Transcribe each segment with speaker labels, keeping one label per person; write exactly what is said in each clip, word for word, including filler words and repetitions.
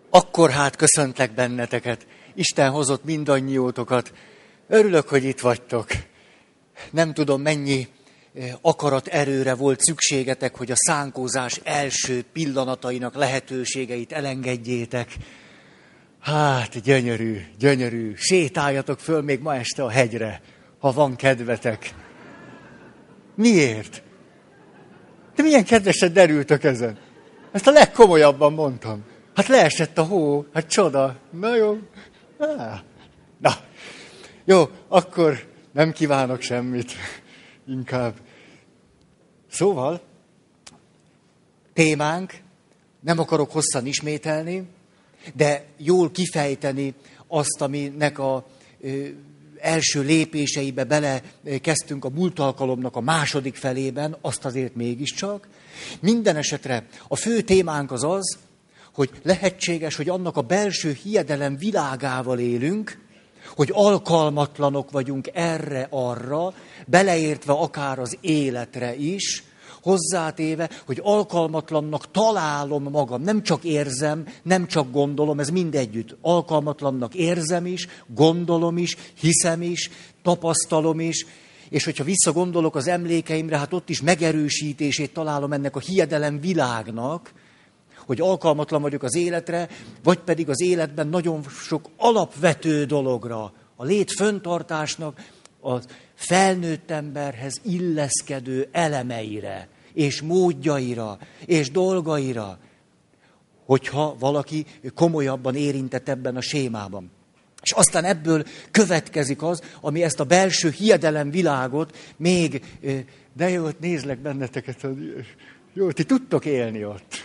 Speaker 1: Akkor hát köszöntlek benneteket. Isten hozott mindannyiótokat. Örülök, hogy itt vagytok. Nem tudom, mennyi akarat erőre volt szükségetek, hogy a szánkózás első pillanatainak lehetőségeit elengedjétek. Hát, gyönyörű, gyönyörű. Sétáljatok föl még ma este a hegyre, ha van kedvetek. Miért? De milyen kedvesen derültök ezen. Ezt a legkomolyabban mondtam. Hát leesett a hó, hát csoda. Na jó. Na, jó, akkor nem kívánok semmit. Inkább. Szóval, témánk, nem akarok hosszan ismételni, de jól kifejteni azt, aminek a ö, első lépéseibe bele kezdtünk a múlt alkalomnak a második felében, azt azért mégiscsak. Minden esetre a fő témánk az az, hogy lehetséges, hogy annak a belső hiedelem világával élünk, hogy alkalmatlanok vagyunk erre-arra, beleértve akár az életre is, hozzátéve, hogy alkalmatlannak találom magam, nem csak érzem, nem csak gondolom, ez mindegyütt. Alkalmatlannak érzem is, gondolom is, hiszem is, tapasztalom is, és hogyha visszagondolok az emlékeimre, hát ott is megerősítését találom ennek a hiedelem világnak, hogy alkalmatlan vagyok az életre, vagy pedig az életben nagyon sok alapvető dologra, a lét föntartásnak a felnőtt emberhez illeszkedő elemeire, és módjaira, és dolgaira, hogyha valaki komolyabban érintett ebben a sémában. És aztán ebből következik az, ami ezt a belső hiedelem világot még, de jó, nézlek benneteket, jó, ti tudtok élni ott.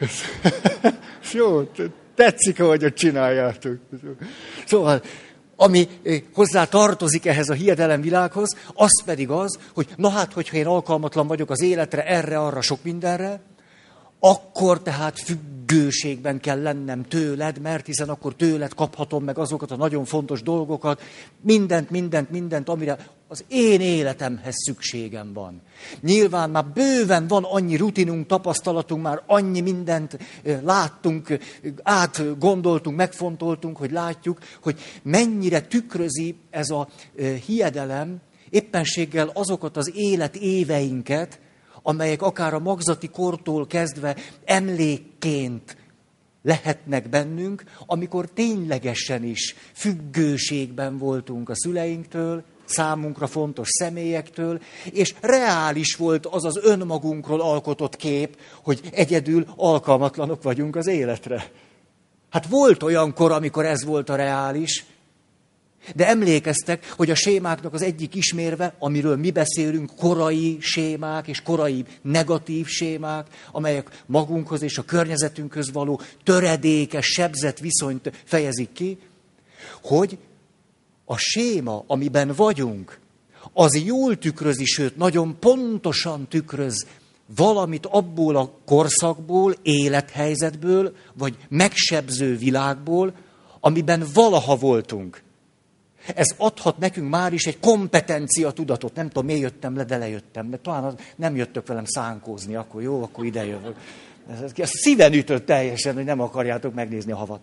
Speaker 1: Jó, tetszik, ahogy ott csináljátok. Szóval, ami hozzá tartozik ehhez a hiedelem világhoz, az pedig az, hogy na hát, hogyha én alkalmatlan vagyok az életre, erre, arra, sok mindenre, akkor tehát függőségben kell lennem tőled, mert hiszen akkor tőled kaphatom meg azokat a nagyon fontos dolgokat, mindent, mindent, mindent, amire az én életemhez szükségem van. Nyilván már bőven van annyi rutinunk, tapasztalatunk, már annyi mindent láttunk, átgondoltunk, megfontoltunk, hogy látjuk, hogy mennyire tükrözi ez a hiedelem éppenséggel azokat az életéveinket, amelyek akár a magzati kortól kezdve emlékként lehetnek bennünk, amikor ténylegesen is függőségben voltunk a szüleinktől, számunkra fontos személyektől, és reális volt az az önmagunkról alkotott kép, hogy egyedül alkalmatlanok vagyunk az életre. Hát volt olyan kor, amikor ez volt a reális, de emlékeztek, hogy a sémáknak az egyik ismérve, amiről mi beszélünk, korai sémák és korai negatív sémák, amelyek magunkhoz és a környezetünkhöz való töredékes, sebzett viszonyt fejezik ki, hogy a séma, amiben vagyunk, az jól tükrözi, sőt, nagyon pontosan tükröz valamit abból a korszakból, élethelyzetből, vagy megsebző világból, amiben valaha voltunk. Ez adhat nekünk már is egy kompetencia tudatot. Nem tudom, miért jöttem le, de lejöttem. De talán az, nem jöttök velem szánkózni, akkor jó, akkor ide jövök. Ez, ez szíven ütött teljesen, hogy nem akarjátok megnézni a havat.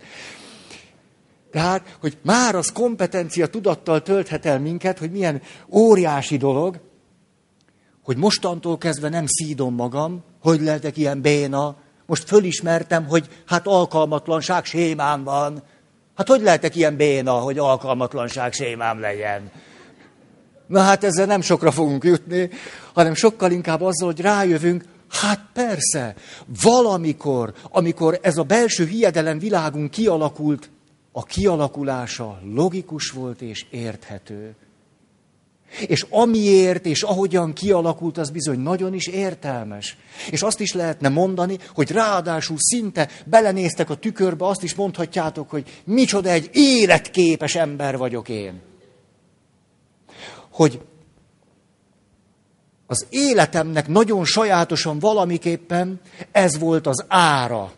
Speaker 1: Tehát, hogy már az kompetencia tudattal tölthet el minket, hogy milyen óriási dolog, hogy mostantól kezdve nem szídom magam, hogy lehetek ilyen béna. Most fölismertem, hogy hát alkalmatlanság sémám van. Hát hogy lehetek ilyen béna, hogy alkalmatlanság sémám legyen? Na hát ezzel nem sokra fogunk jutni, hanem sokkal inkább azzal, hogy rájövünk, hát persze, valamikor, amikor ez a belső hiedelem világunk kialakult, a kialakulása logikus volt és érthető. És amiért és ahogyan kialakult, az bizony nagyon is értelmes. És azt is lehetne mondani, hogy ráadásul szinte belenéztek a tükörbe, azt is mondhatjátok, hogy micsoda egy életképes ember vagyok én. Hogy az életemnek nagyon sajátosan valamiképpen ez volt az ára.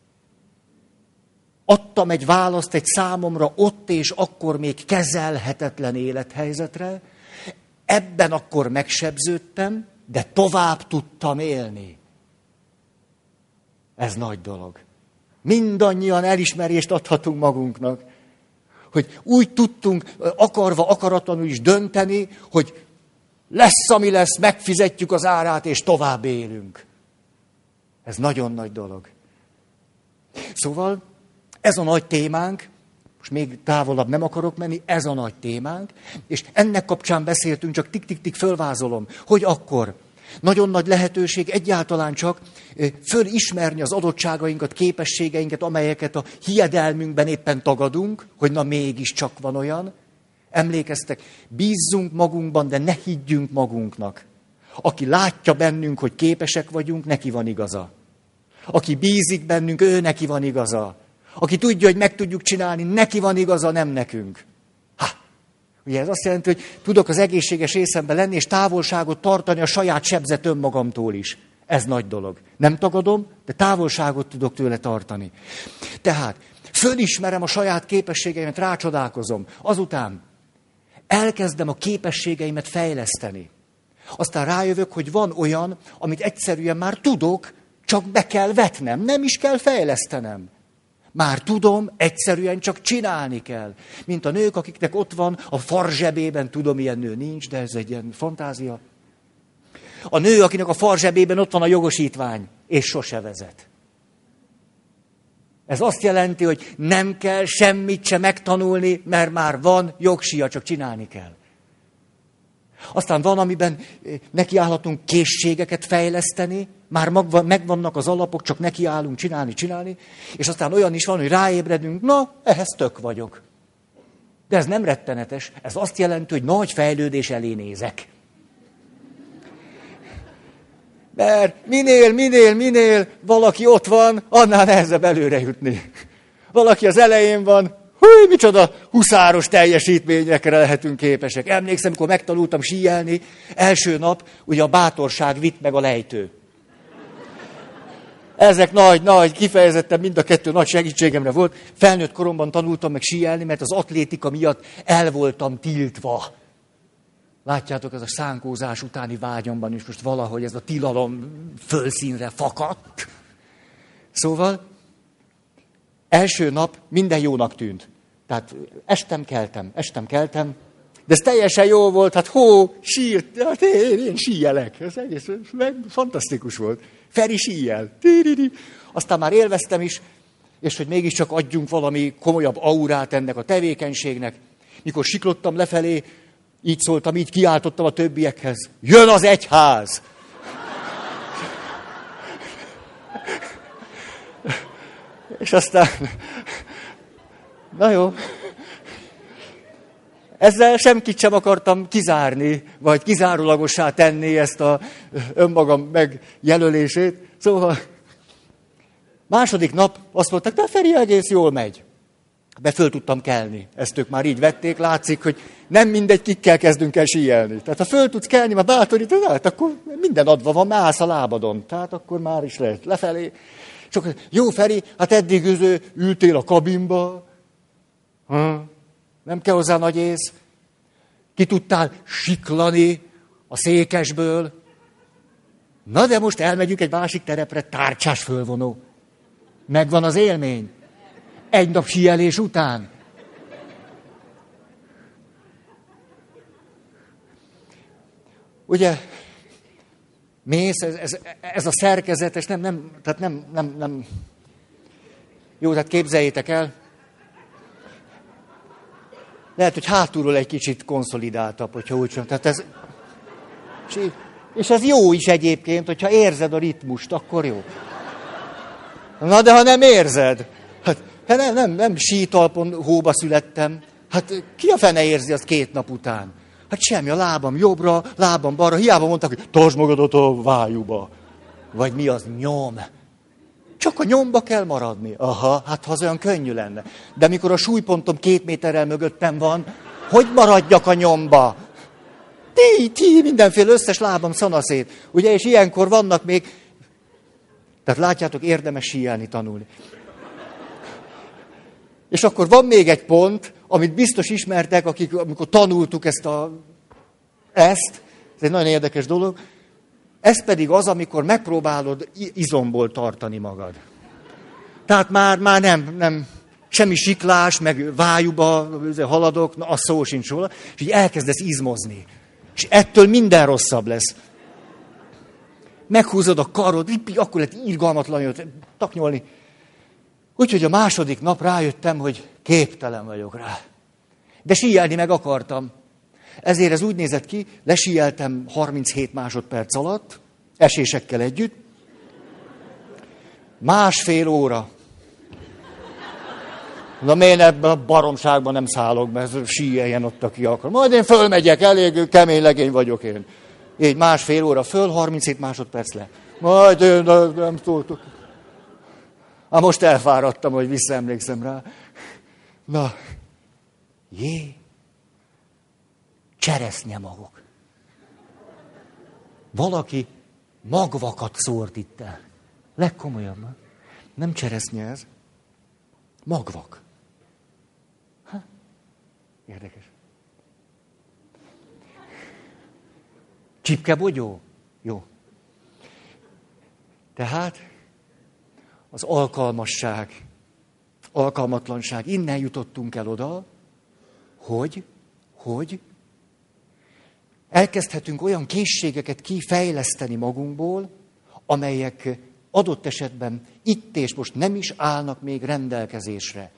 Speaker 1: Adtam egy választ egy számomra ott és akkor még kezelhetetlen élethelyzetre, ebben akkor megsebződtem, de tovább tudtam élni. Ez nagy dolog. Mindannyian elismerést adhatunk magunknak. Hogy úgy tudtunk akarva, akaratlanul is dönteni, hogy lesz, ami lesz, megfizetjük az árát, és tovább élünk. Ez nagyon nagy dolog. Szóval ez a nagy témánk, most még távolabb nem akarok menni, ez a nagy témánk, és ennek kapcsán beszéltünk, csak tik-tik-tik fölvázolom, hogy akkor nagyon nagy lehetőség egyáltalán csak fölismerni az adottságainkat, képességeinket, amelyeket a hiedelmünkben éppen tagadunk, hogy na mégiscsak van olyan. Emlékeztek, bízzunk magunkban, de ne higgyünk magunknak. Aki látja bennünk, hogy képesek vagyunk, neki van igaza. Aki bízik bennünk, ő neki van igaza. Aki tudja, hogy meg tudjuk csinálni, neki van igaza, nem nekünk. Ha! Ugye ez azt jelenti, hogy tudok az egészséges részemben lenni, és távolságot tartani a saját sebzett önmagamtól is. Ez nagy dolog. Nem tagadom, de távolságot tudok tőle tartani. Tehát fölismerem a saját képességeimet, rácsodálkozom. Azután elkezdem a képességeimet fejleszteni. Aztán rájövök, hogy van olyan, amit egyszerűen már tudok, csak be kell vetnem, nem is kell fejlesztenem. Már tudom, egyszerűen csak csinálni kell. Mint a nők, akiknek ott van a farzsebében, tudom, ilyen nő nincs, de ez egy ilyen fantázia. A nő, akinek a farzsebében ott van a jogosítvány, és sose vezet. Ez azt jelenti, hogy nem kell semmit se megtanulni, mert már van jogsia, csak csinálni kell. Aztán van, amiben nekiállhatunk készségeket fejleszteni, már megvannak az alapok, csak nekiállunk csinálni, csinálni, és aztán olyan is van, hogy ráébredünk, na, ehhez tök vagyok. De ez nem rettenetes, ez azt jelenti, hogy nagy fejlődés elé nézek. Mert minél, minél, minél valaki ott van, annál nehezebb előre jutni. Valaki az elején van, húj, micsoda huszáros teljesítményekre lehetünk képesek. Emlékszem, amikor megtanultam síelni, első nap ugye a bátorság vitt meg a lejtő. Ezek nagy, nagy, kifejezetten mind a kettő nagy segítségemre volt. Felnőtt koromban tanultam meg síelni, mert az atlétika miatt el voltam tiltva. Látjátok, ez a szánkózás utáni vágyamban is most valahogy ez a tilalom fölszínre fakadt. Szóval első nap minden jónak tűnt. Tehát estem, keltem, estem, keltem, de ez teljesen jó volt, hát hó, sírt, hát én, én síjelek. Ez egész fantasztikus volt. Feri síjel. Aztán már élveztem is, és hogy mégiscsak adjunk valami komolyabb aurát ennek a tevékenységnek. Mikor siklottam lefelé, így szóltam, így kiáltottam a többiekhez. Jön az egyház! És aztán, na jó, ezzel semkit sem akartam kizárni, vagy kizárólagossá tenni ezt a önmagam megjelölését. Szóval második nap azt mondták, de Feri egész jól megy. Be föl tudtam kelni. Ezt ők már így vették, látszik, hogy nem mindegy, kikkel kezdünk el síelni. Tehát ha föl tudsz kelni, már bátorítod, hát akkor minden adva van, már állsz a lábadon. Tehát akkor már is lehet lefelé. Csak jó, Feri, hát eddig ültél a kabinba. Ha? Nem kell hozzá nagy ész. Ki tudtál siklani a székesből. Na de most elmegyünk egy másik terepre, tárcsás fölvonó. Megvan az élmény. Egy nap síelés után. Ugye, mész, ez, ez, ez a szerkezetes, nem, nem, tehát nem, nem, nem. Jó, tehát képzeljétek el. Lehet, hogy hátulról egy kicsit konszolidáltabb, hogyha úgy sem. Tehát ez, és ez jó is egyébként, hogyha érzed a ritmust, akkor jó. Na, de ha nem érzed, hát nem, nem, nem sítalpon hóba születtem. Hát ki a fene érzi azt két nap után? Hát semmi, a lábam jobbra, lábam balra. Hiába mondták, hogy tartsd magadat a vájúba. Vagy mi az, nyom. Csak a nyomba kell maradni. Aha, hát ha az olyan könnyű lenne. De mikor a súlypontom két méterrel mögöttem van, hogy maradjak a nyomba? Ti, ti, mindenféle összes lábam szanaszét. Ugye, és ilyenkor vannak még... Tehát látjátok, érdemes síelni, tanulni. És akkor van még egy pont, amit biztos ismertek, akik, amikor tanultuk ezt a... ezt, ez egy nagyon érdekes dolog, ez pedig az, amikor megpróbálod izomból tartani magad. Tehát már, már nem, nem, semmi siklás, meg vájuba haladok, na, az szó sincs róla, és így elkezdesz izmozni. És ettől minden rosszabb lesz. Meghúzod a karod, akkor lehet irgalmatlan jött taknyolni. Úgyhogy a második nap rájöttem, hogy képtelen vagyok rá. De síelni meg akartam. Ezért ez úgy nézett ki, lesíeltem harminchét másodperc alatt, esésekkel együtt. Másfél óra. Na én ebben a baromságban nem szállok, mert síeljen ott, aki akar. Majd én fölmegyek, elég kemény legény vagyok én. Így másfél óra föl, harminchét másodperc le. Majd én nem, nem tudok. Hát most elfáradtam, hogy visszaemlékszem rá. Na, jé, cseresznyemagok. Valaki magvakat szórt itt el. Legkomolyabban. Nem cseresznye ez. Magvak. Ha? Érdekes. Csipkebogyó? Jó. Tehát az alkalmasság, alkalmatlanság. Innen jutottunk el oda, hogy, hogy elkezdhetünk olyan készségeket kifejleszteni magunkból, amelyek adott esetben itt és most nem is állnak még rendelkezésre.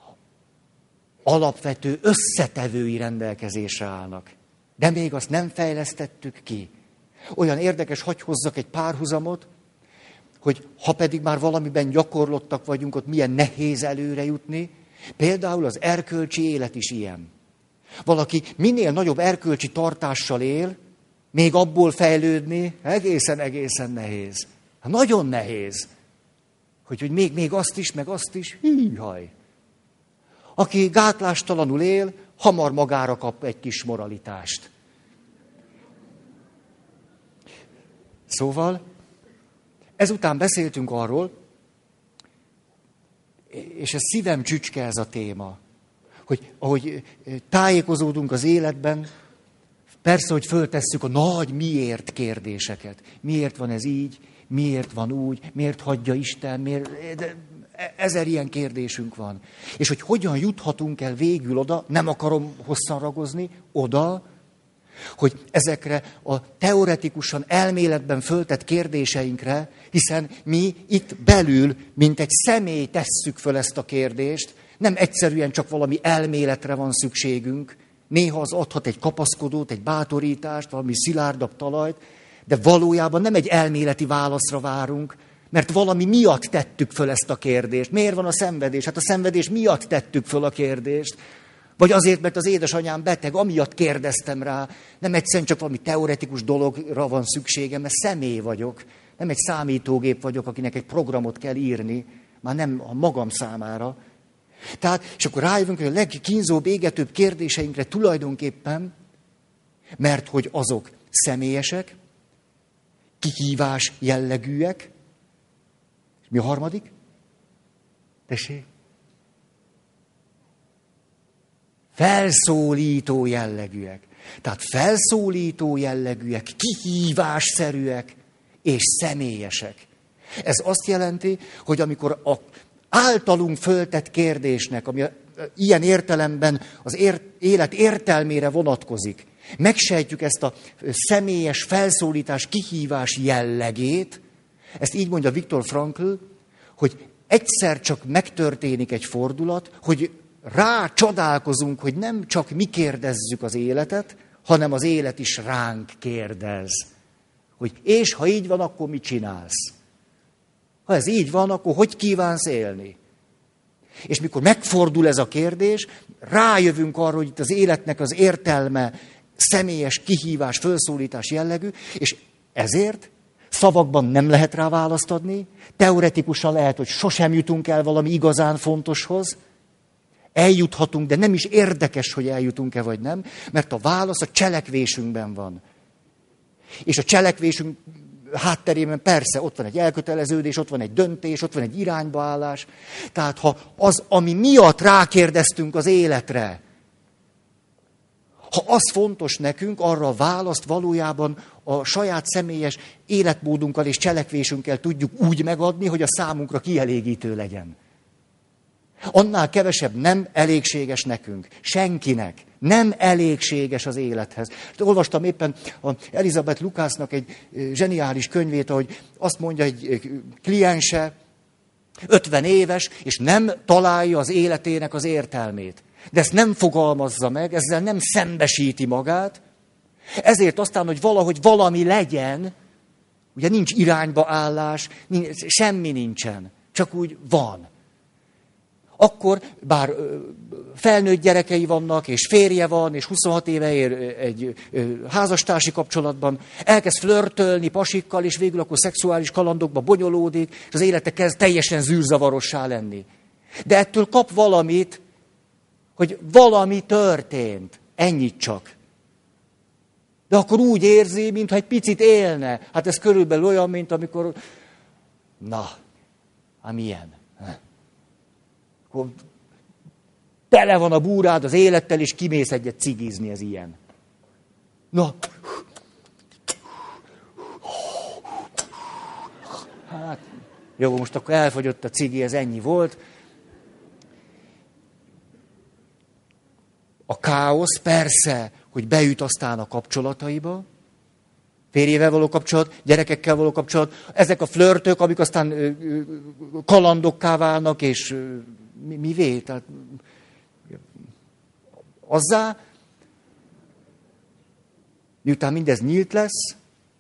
Speaker 1: Alapvető összetevői rendelkezésre állnak. De még azt nem fejlesztettük ki. Olyan érdekes, hagy hozzak egy párhuzamot, hogy ha pedig már valamiben gyakorlottak vagyunk, ott milyen nehéz előre jutni. Például az erkölcsi élet is ilyen. Valaki minél nagyobb erkölcsi tartással él, még abból fejlődni egészen-egészen nehéz. Hát nagyon nehéz. Hogy, hogy még, még azt is, meg azt is, hűhaj. Aki gátlástalanul él, hamar magára kap egy kis moralitást. Szóval, ezután beszéltünk arról, és ez szívem csücske ez a téma, hogy ahogy tájékozódunk az életben, persze, hogy föltesszük a nagy miért kérdéseket. Miért van ez így, miért van úgy, miért hagyja Isten, miért... De ezer ilyen kérdésünk van. És hogy hogyan juthatunk el végül oda, nem akarom hosszan ragozni, oda, hogy ezekre a teoretikusan elméletben föltett kérdéseinkre, hiszen mi itt belül, mint egy személy tesszük föl ezt a kérdést, nem egyszerűen csak valami elméletre van szükségünk, néha az adhat egy kapaszkodót, egy bátorítást, valami szilárdabb talajt, de valójában nem egy elméleti válaszra várunk, mert valami miatt tettük föl ezt a kérdést. Miért van a szenvedés? Hát a szenvedés miatt tettük föl a kérdést. Vagy azért, mert az édesanyám beteg, amiatt kérdeztem rá. Nem egyszerűen csak valami teoretikus dologra van szükségem, mert személy vagyok. Nem egy számítógép vagyok, akinek egy programot kell írni, már nem a magam számára. Tehát, és akkor rájövünk, hogy a legkínzóbb, égetőbb kérdéseinkre tulajdonképpen, mert hogy azok személyesek, kihívás jellegűek. Mi a harmadik? Tessék? Felszólító jellegűek. Tehát felszólító jellegűek, kihívásszerűek és személyesek. Ez azt jelenti, hogy amikor a általunk föltett kérdésnek, ami ilyen értelemben az ér, élet értelmére vonatkozik, megsejtjük ezt a személyes felszólítás, kihívás jellegét, ezt így mondja Viktor Frankl, hogy egyszer csak megtörténik egy fordulat, hogy rá csodálkozunk, hogy nem csak mi kérdezzük az életet, hanem az élet is ránk kérdez. Hogy és ha így van, akkor mit csinálsz? Ha ez így van, akkor hogy kívánsz élni? És mikor megfordul ez a kérdés, rájövünk arra, hogy itt az életnek az értelme személyes kihívás, felszólítás jellegű, és ezért szavakban nem lehet rá választ adni, teoretikusan lehet, hogy sosem jutunk el valami igazán fontoshoz, eljuthatunk, de nem is érdekes, hogy eljutunk-e vagy nem, mert a válasz a cselekvésünkben van. És a cselekvésünk hátterében persze ott van egy elköteleződés, ott van egy döntés, ott van egy iránybaállás. Tehát ha az, ami miatt rákérdeztünk az életre, Ha az fontos nekünk, arra a választ valójában a saját személyes életmódunkkal és cselekvésünkkel tudjuk úgy megadni, hogy a számunkra kielégítő legyen. Annál kevesebb nem elégséges nekünk. Senkinek. Nem elégséges az élethez. Olvastam éppen a Elizabeth Lucasnak egy zseniális könyvét, ahogy azt mondja egy kliense, ötven éves, és nem találja az életének az értelmét. De ezt nem fogalmazza meg, ezzel nem szembesíti magát. Ezért aztán, hogy valahogy valami legyen, ugye nincs irányba állás, nincs, semmi nincsen, csak úgy van. Akkor, bár felnőtt gyerekei vannak, és férje van, és huszonhat éve ér egy házastársi kapcsolatban, elkezd flörtölni pasikkal, és végül akkor szexuális kalandokba bonyolódik, és az élete kezd teljesen zűrzavarossá lenni. De ettől kap valamit, hogy valami történt. Ennyit csak. De akkor úgy érzi, mintha egy picit élne. Hát ez körülbelül olyan, mint amikor... Na, hát milyen? Akkor tele van a búrád az élettel, és kimész egyet cigizni, ez ilyen. Na. Hát, jó, most akkor elfogyott a cigi, ez ennyi volt. A káosz persze, hogy beüt aztán a kapcsolataiba, férjével való kapcsolat, gyerekekkel való kapcsolat, ezek a flörtök, amik aztán ö, ö, kalandokká válnak, és ö, mi, mivé? Tehát, azzá, miután mindez nyílt lesz,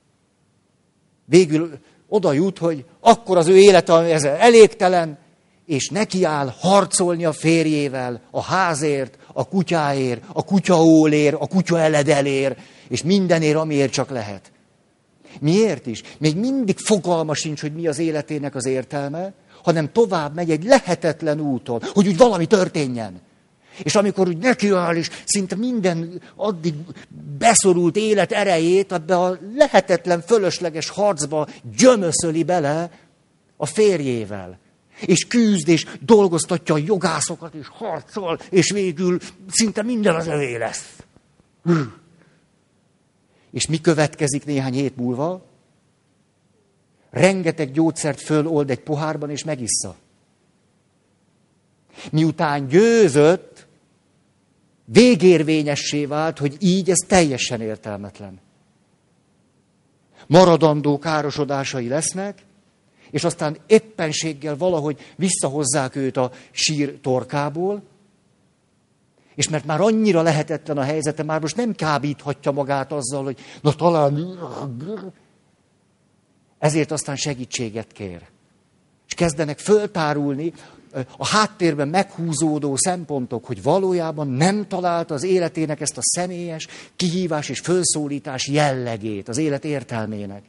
Speaker 1: végül oda jut, hogy akkor az ő élete ez elégtelen, és nekiáll harcolni a férjével, a házért, a kutyáért, a kutyaólért, a kutya eledelért, és mindenért, amiért csak lehet. Miért is? Még mindig fogalma sincs, hogy mi az életének az értelme, hanem tovább megy egy lehetetlen úton, hogy úgy valami történjen. És amikor úgy nekiáll, és szinte minden addig beszorult élet erejét, abba a lehetetlen, fölösleges harcba gyömöszöli bele a férjével. És küzd, és dolgoztatja a jogászokat, és harcol, és végül szinte minden az övé lesz. És mi következik néhány hét múlva? Rengeteg gyógyszert fölold egy pohárban, és megissza. Miután győzött, végérvényessé vált, hogy így ez teljesen értelmetlen. Maradandó károsodásai lesznek, és aztán éppenséggel valahogy visszahozzák őt a sír torkából, és mert már annyira lehetetlen a helyzete, már most nem kábíthatja magát azzal, hogy na talán... Ezért aztán segítséget kér. És kezdenek föltárulni a háttérben meghúzódó szempontok, hogy valójában nem találta az életének ezt a személyes kihívás és fölszólítás jellegét, az élet értelmének.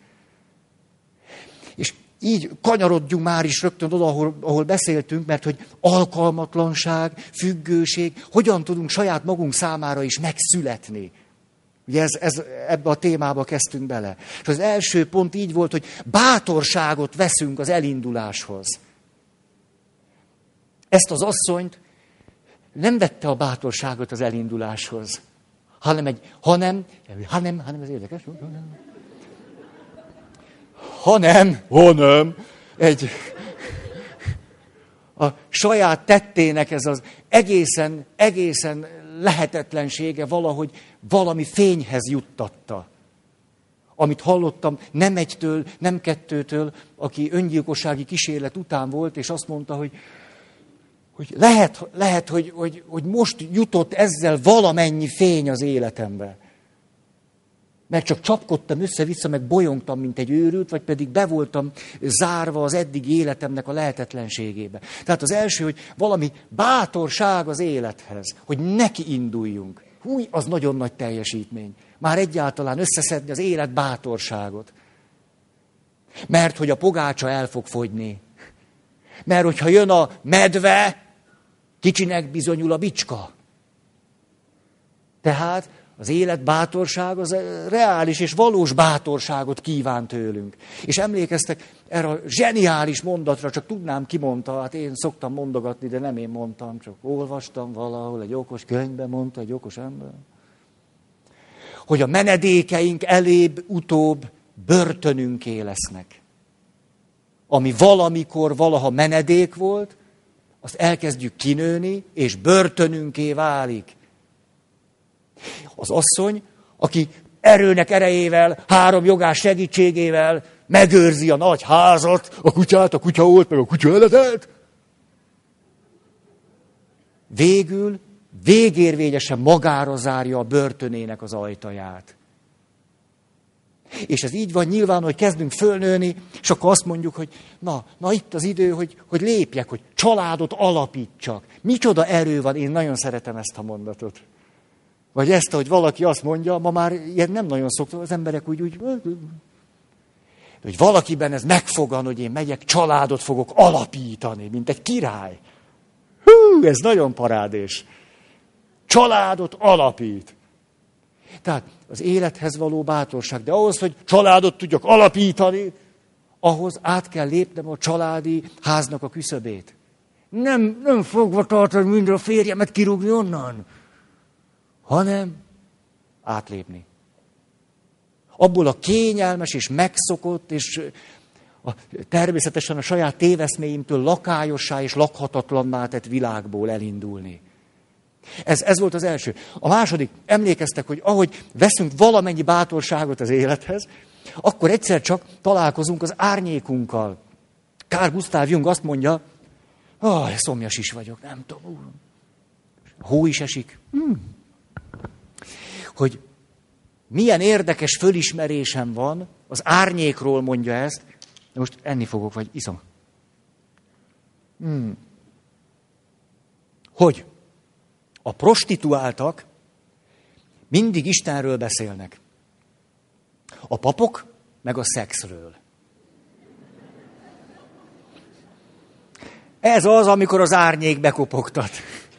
Speaker 1: És így kanyarodjunk már is rögtön oda, ahol, ahol beszéltünk, mert hogy alkalmatlanság, függőség, hogyan tudunk saját magunk számára is megszületni. Ugye ez, ez, ebbe a témába kezdtünk bele. És az első pont így volt, hogy bátorságot veszünk az elinduláshoz. Ezt az asszonyt nem vette a bátorságot az elinduláshoz, hanem egy, hanem, hanem, hanem ez érdekes, hanem, hanem, egy, a saját tettének ez az egészen, egészen lehetetlensége valahogy valami fényhez juttatta. Amit hallottam nem egytől, nem kettőtől, aki öngyilkossági kísérlet után volt, és azt mondta, hogy, hogy lehet, lehet hogy, hogy, hogy most jutott ezzel valamennyi fény az életembe. Mert csak csapkodtam össze-vissza, meg bolyongtam, mint egy őrült, vagy pedig be voltam zárva az eddigi életemnek a lehetetlenségébe. Tehát az első, hogy valami bátorság az élethez, hogy neki induljunk. Húj, az nagyon nagy teljesítmény. Már egyáltalán összeszedni az élet bátorságot. Mert hogy a pogácsa el fog fogyni. Mert hogyha jön a medve, kicsinek bizonyul a bicska. Tehát az élet bátorság az reális és valós bátorságot kíván tőlünk. És emlékeztek erre a zseniális mondatra, csak tudnám ki mondta, hát én szoktam mondogatni, de nem én mondtam, csak olvastam valahol, egy okos könyvben mondta, egy okos ember. hogy a menedékeink elébb-utóbb börtönünké lesznek. Ami valamikor, valaha menedék volt, azt elkezdjük kinőni, és börtönünké válik. Az asszony, aki erőnek erejével, három jogás segítségével megőrzi a nagy házat, a kutyát, a kutyaolt, meg a kutya eletelt, végül végérvényesen magára zárja a börtönének az ajtaját. És ez így van nyilván, hogy kezdünk fölnőni, és akkor azt mondjuk, hogy na, na itt az idő, hogy, hogy lépjek, hogy családot alapítsak. Micsoda erő van, én nagyon szeretem ezt a mondatot. Vagy ezt, hogy valaki azt mondja, ma már ilyen nem nagyon szokta, az emberek úgy, úgy, hogy valakiben ez megfogan, hogy én megyek, családot fogok alapítani, mint egy király. Hú, ez nagyon parádés. Családot alapít. Tehát az élethez való bátorság, de ahhoz, hogy családot tudjak alapítani, ahhoz át kell lépnem a családi háznak a küszöbét. Nem, nem fogva tartani minden a férjemet kirúgni onnan, hanem átlépni. Abból a kényelmes és megszokott, és a, természetesen a saját téveszméimtől lakályossá és lakhatatlanná tett világból elindulni. Ez, ez volt az első. A második, emlékeztek, hogy ahogy veszünk valamennyi bátorságot az élethez, akkor egyszer csak találkozunk az árnyékunkkal. Carl Gustav Jung azt mondja, ah, szomjas is vagyok, nem tudom. Hó is esik. Hmm. Hogy milyen érdekes fölismerésem van, az árnyékról mondja ezt, de most enni fogok, vagy iszom. Hmm. Hogy a prostituáltak mindig Istenről beszélnek. A papok meg a szexről. Ez az, amikor az árnyék bekopogtat.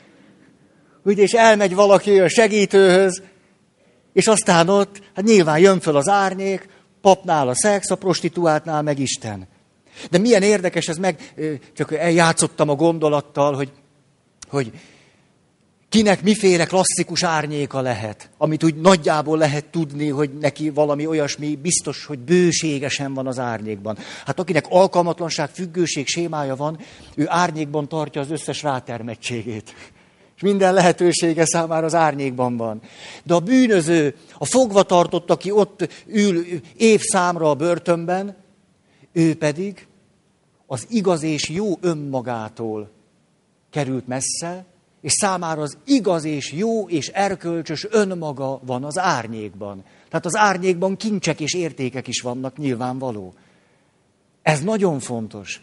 Speaker 1: Ugye, és elmegy valaki a segítőhöz, és aztán ott, hát nyilván jön föl az árnyék, papnál a szex, a prostituáltnál meg Isten. De milyen érdekes ez meg, csak eljátszottam a gondolattal, hogy, hogy kinek miféle klasszikus árnyéka lehet, amit úgy nagyjából lehet tudni, hogy neki valami olyasmi biztos, hogy bőségesen van az árnyékban. Hát akinek alkalmatlanság, függőség sémája van, ő árnyékban tartja az összes rátermettségét. És minden lehetősége számára az árnyékban van. De a bűnöző, a fogvatartott, aki ott ül évszámra a börtönben, ő pedig az igaz és jó önmagától került messze, és számára az igaz és jó és erkölcsös önmaga van az árnyékban. Tehát az árnyékban kincsek és értékek is vannak, nyilvánvaló. Ez nagyon fontos.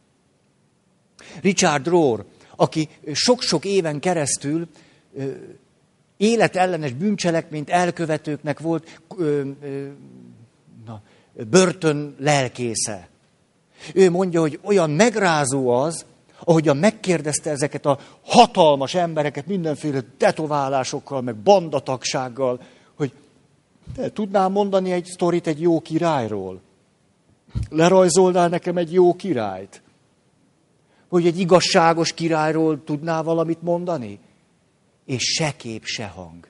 Speaker 1: Richard Rohr, aki sok-sok éven keresztül ö, életellenes bűncselekményt elkövetőknek volt ö, ö, na, börtön lelkésze. Ő mondja, hogy olyan megrázó az, ahogyan megkérdezte ezeket a hatalmas embereket, mindenféle tetoválásokkal, meg bandatagsággal, hogy te tudnál mondani egy sztorit egy jó királyról? Lerajzolnál nekem egy jó királyt? Vagy egy igazságos királyról tudnál valamit mondani? És se kép, se hang.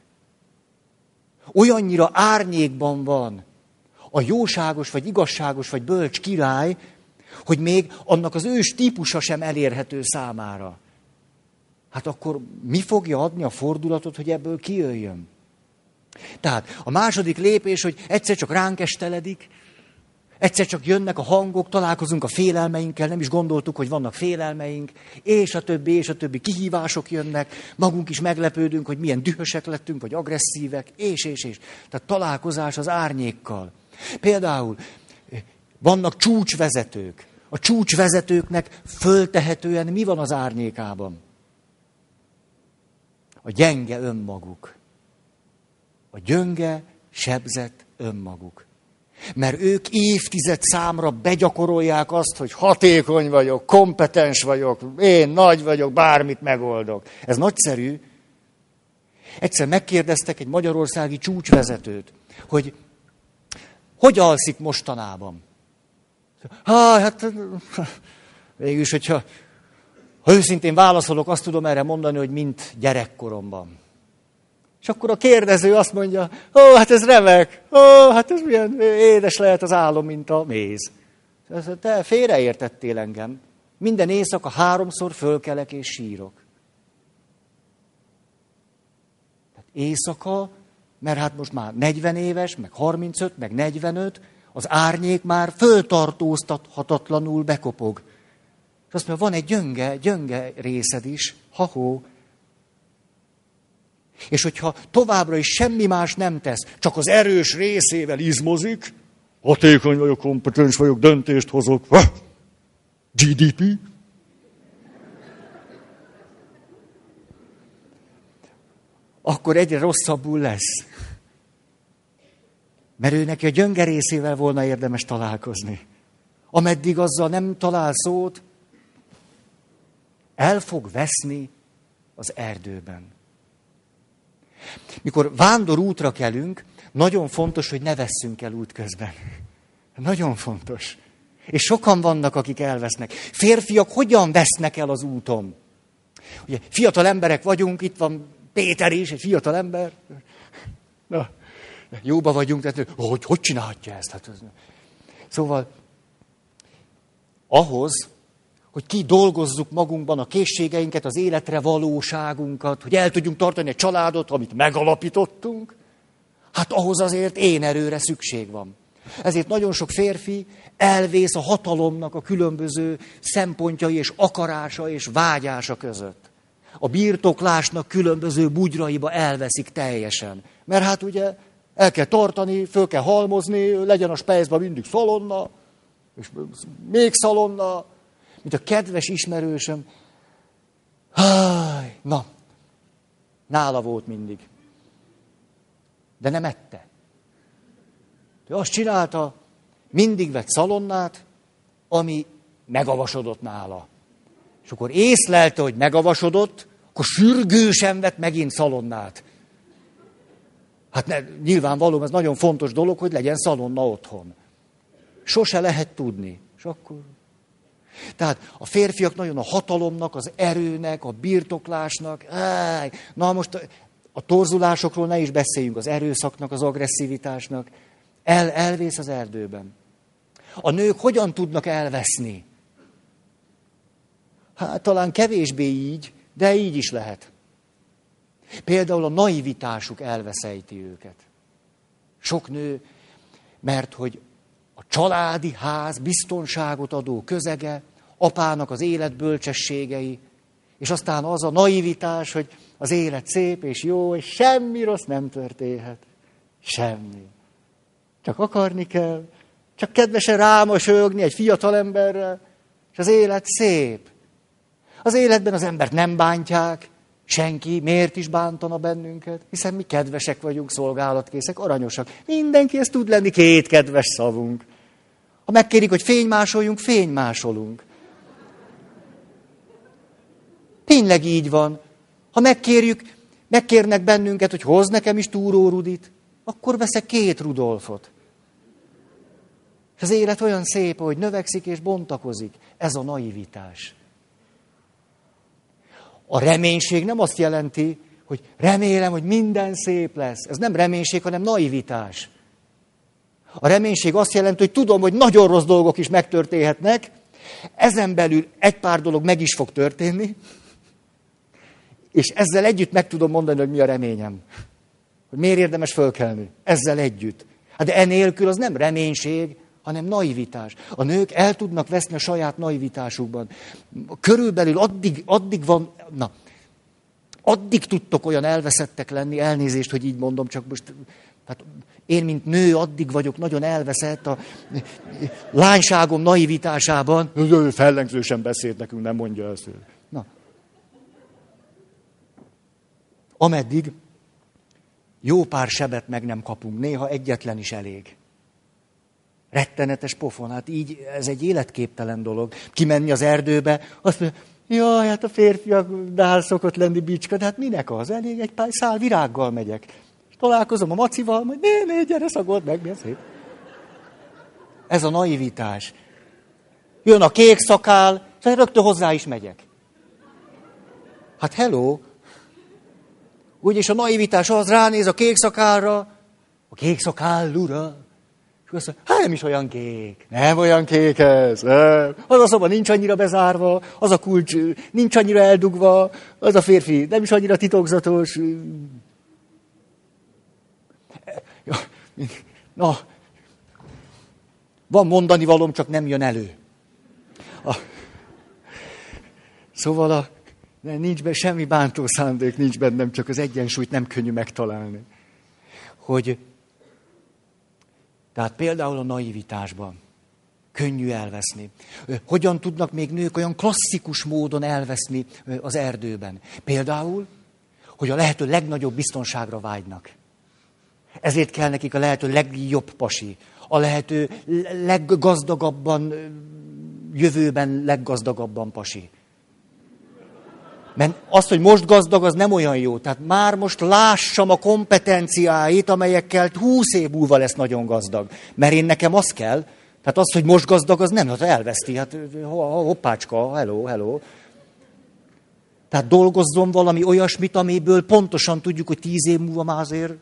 Speaker 1: Olyannyira árnyékban van a jóságos, vagy igazságos, vagy bölcs király, hogy még annak az ős típusa sem elérhető számára. Hát akkor mi fogja adni a fordulatot, hogy ebből kijöjjön? Tehát a második lépés, hogy egyszer csak ránk esteledik, egyszer csak jönnek a hangok, találkozunk a félelmeinkkel, nem is gondoltuk, hogy vannak félelmeink, és a többi, és a többi kihívások jönnek, magunk is meglepődünk, hogy milyen dühösek lettünk, vagy agresszívek, és, és, és. Tehát találkozás az árnyékkal. Például vannak csúcsvezetők. A csúcsvezetőknek föltehetően mi van az árnyékában? A gyenge önmaguk. A gyönge, sebzett önmaguk. Mert ők évtized számra begyakorolják azt, hogy hatékony vagyok, kompetens vagyok, én nagy vagyok, bármit megoldok. Ez nagyszerű. Egyszer megkérdeztek egy magyarországi csúcsvezetőt, hogy hogy alszik mostanában? Há, hát végülis, hogyha ha őszintén válaszolok, azt tudom erre mondani, hogy mint gyerekkoromban. És akkor a kérdező azt mondja, ó, hát ez remek, ó, hát ez milyen édes lehet az álom, mint a méz. Te félreértettél engem. Minden éjszaka háromszor fölkelek és sírok. Tehát éjszaka, mert hát most már negyven éves, meg harmincöt, meg negyvenöt, az árnyék már föltartóztathatatlanul bekopog. És azt mondja, van egy gyönge, gyönge részed is, ha-hó. És hogyha továbbra is semmi más nem tesz, csak az erős részével izmozik, hatékony vagyok, kompetens vagyok, döntést hozok, gé dé pé. Akkor egyre rosszabbul lesz. Mert ő neki a gyönge részével volna érdemes találkozni. Ameddig azzal nem talál szót, el fog veszni az erdőben. Mikor vándor útra kelünk, nagyon fontos, hogy ne vesszünk el útközben. Nagyon fontos. És sokan vannak, akik elvesznek. Férfiak hogyan vesznek el az úton? Ugye, fiatal emberek vagyunk, itt van Péter is, egy fiatal ember. Na, jóba vagyunk, tehát hogy, hogy csinálhatja ezt? Hát, szóval, ahhoz, hogy kidolgozzuk magunkban a készségeinket, az életre valóságunkat, hogy el tudjunk tartani egy családot, amit megalapítottunk, hát ahhoz azért én erőre szükség van. Ezért nagyon sok férfi elvész a hatalomnak a különböző szempontjai és akarása és vágyása között. A birtoklásnak különböző bugyraiba elveszik teljesen. Mert hát ugye el kell tartani, föl kell halmozni, legyen a spejzben mindig szalonna, és még szalonna, mint a kedves ismerősöm. Háj, na, nála volt mindig. De nem ette. Ő azt csinálta, mindig vett szalonnát, ami megavasodott nála. És akkor észlelte, hogy megavasodott, akkor sürgősen vett megint szalonnát. Hát ne, nyilvánvalóan ez nagyon fontos dolog, hogy legyen szalonna otthon. Sose lehet tudni. És akkor... Tehát a férfiak nagyon a hatalomnak, az erőnek, a birtoklásnak. Áj, na most a torzulásokról ne is beszéljünk, az erőszaknak, az agresszivitásnak. El, elvész az erdőben. A nők hogyan tudnak elveszni? Hát talán kevésbé így, de így is lehet. Például a naivitásuk elveszejti őket. Sok nő, mert hogy a családi ház biztonságot adó közege, apának az életbölcsességei, és aztán az a naivitás, hogy az élet szép és jó, és semmi rossz nem történhet. Semmi. Csak akarni kell, csak kedvesen rámosolyogni egy fiatal emberrel, és az élet szép. Az életben az embert nem bántják, senki, miért is bántana bennünket, hiszen mi kedvesek vagyunk, szolgálatkészek, aranyosak. Mindenki ezt tud lenni, két kedves szavunk. Ha megkérik, hogy fénymásoljunk, fénymásolunk. Tényleg így van. Ha megkérjük, megkérnek bennünket, hogy hozz nekem is túrórudit, akkor veszek két Rudolfot. És az élet olyan szép, hogy növekszik és bontakozik. Ez a naivitás. A reménység nem azt jelenti, hogy remélem, hogy minden szép lesz. Ez nem reménység, hanem naivitás. A reménység azt jelenti, hogy tudom, hogy nagyon rossz dolgok is megtörténhetnek, ezen belül egy pár dolog meg is fog történni, és ezzel együtt meg tudom mondani, hogy mi a reményem. Hogy miért érdemes fölkelni. Ezzel együtt. Hát de enélkül az nem reménység, hanem naivitás. A nők el tudnak veszni a saját naivitásukban. Körülbelül addig, addig van, na, addig tudtok olyan elveszettek lenni, elnézést, hogy így mondom, csak most, hát én, mint nő, addig vagyok nagyon elveszett a lányságom naivitásában. Fellengzősen beszélt nekünk, nem mondja ezt. Na. Ameddig jó pár sebet meg nem kapunk, néha egyetlen is elég. Rettenetes pofon, hát így ez egy életképtelen dolog. Kimenni az erdőbe, azt mondja, jaj, hát a férfiaknál szokott lenni bicska, de hát minek az? Elég egy pár szál virággal megyek. És találkozom a macival, majd né, né, gyere, szagold meg, milyen szép. Ez a naivitás. Jön a kék szakál, és rögtön hozzá is megyek. Hát hello! Úgyis a naivitás az ránéz a kék szakálra, a kék szakállúra, és azt mondja, hát nem is olyan kék. Nem olyan kék ez. Nem. Az a szoba nincs annyira bezárva, az a kulcs nincs annyira eldugva, az a férfi nem is annyira titokzatos. Na, van mondani valóm, csak nem jön elő. A, szóval a, nincs be, semmi bántó szándék nincs bennem, csak az egyensúlyt nem könnyű megtalálni. Hogy, tehát például a naivitásban könnyű elveszni. Hogyan tudnak még nők olyan klasszikus módon elveszni az erdőben? Például, hogy a lehető legnagyobb biztonságra vágynak. Ezért kell nekik a lehető legjobb pasi, a lehető leggazdagabban, jövőben leggazdagabban pasi. Mert az, hogy most gazdag, az nem olyan jó. Tehát már most lássam a kompetenciáit, amelyekkel húsz év múlva lesz nagyon gazdag. Mert én nekem az kell. Tehát az, hogy most gazdag, az nem, hát elveszti. Hát hoppácska, hello, hello. Tehát dolgozzon valami olyasmit, amiből pontosan tudjuk, hogy tíz év múlva már azért...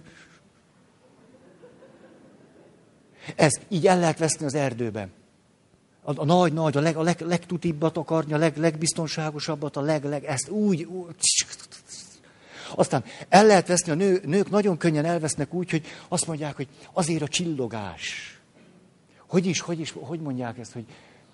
Speaker 1: Ez így el lehet veszni az erdőben. A, a nagy, nagy, a, leg, a leg, legtutibbat akarni, a leg, legbiztonságosabbat, a leg, leg, ezt úgy, úgy... Aztán el lehet veszni, a nő, nők nagyon könnyen elvesznek úgy, hogy azt mondják, hogy azért a csillogás. Hogy is, hogy is, hogy mondják ezt, hogy...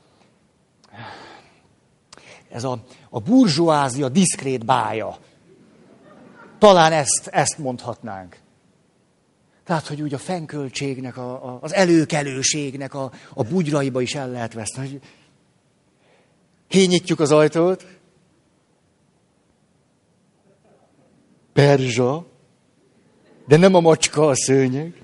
Speaker 1: Ez a, a burzsóázia diszkrét bája. Talán ezt, ezt mondhatnánk. Tehát, hogy úgy a fennköltségnek, a, a, az előkelőségnek a, a bugyraiba is el lehet veszni. Kinyitjuk az ajtót. Perzsa. De nem a macska, a szőnyeg.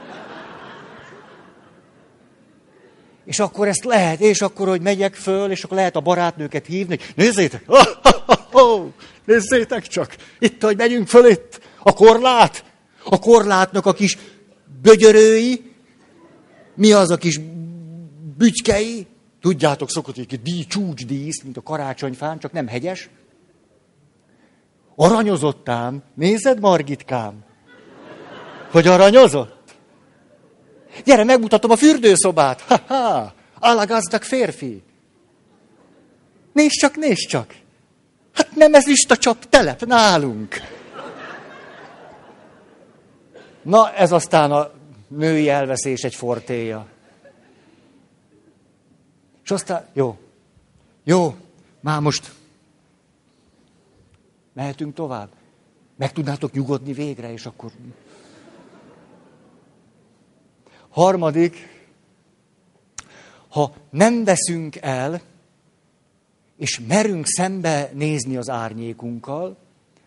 Speaker 1: És akkor ezt lehet, és akkor, hogy megyek föl, és akkor lehet a barátnőket hívni, hogy nézzétek, oh, oh, oh, oh, nézzétek csak, itt, hogy megyünk föl itt, a korlát, a korlátnak a kis bögyörői, mi az a kis bütykei, tudjátok, szokott egy díj, csúcsdísz, mint a karácsonyfán, csak nem hegyes. Aranyozottám, nézed, Margitkám, hogy aranyozott? Gyere, megmutatom a fürdőszobát. Ha-ha, alagazdag férfi. Nézd csak, nézd csak. Hát nem ez listacsap telep nálunk. Na, ez aztán a női elveszés egy fortéja. És aztán, jó, jó, már most mehetünk tovább. Meg tudnátok nyugodni végre, és akkor... Harmadik, ha nem veszünk el, és merünk szembe nézni az árnyékunkkal,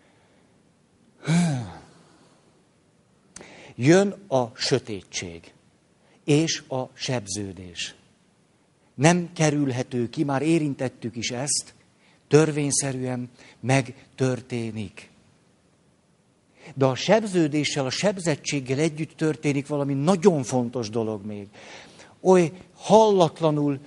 Speaker 1: jön a sötétség és a sebződés. Nem kerülhető ki, már érintettük is ezt, törvényszerűen megtörténik. De a sebződéssel, a sebzettséggel együtt történik valami nagyon fontos dolog még. Oly hallatlanul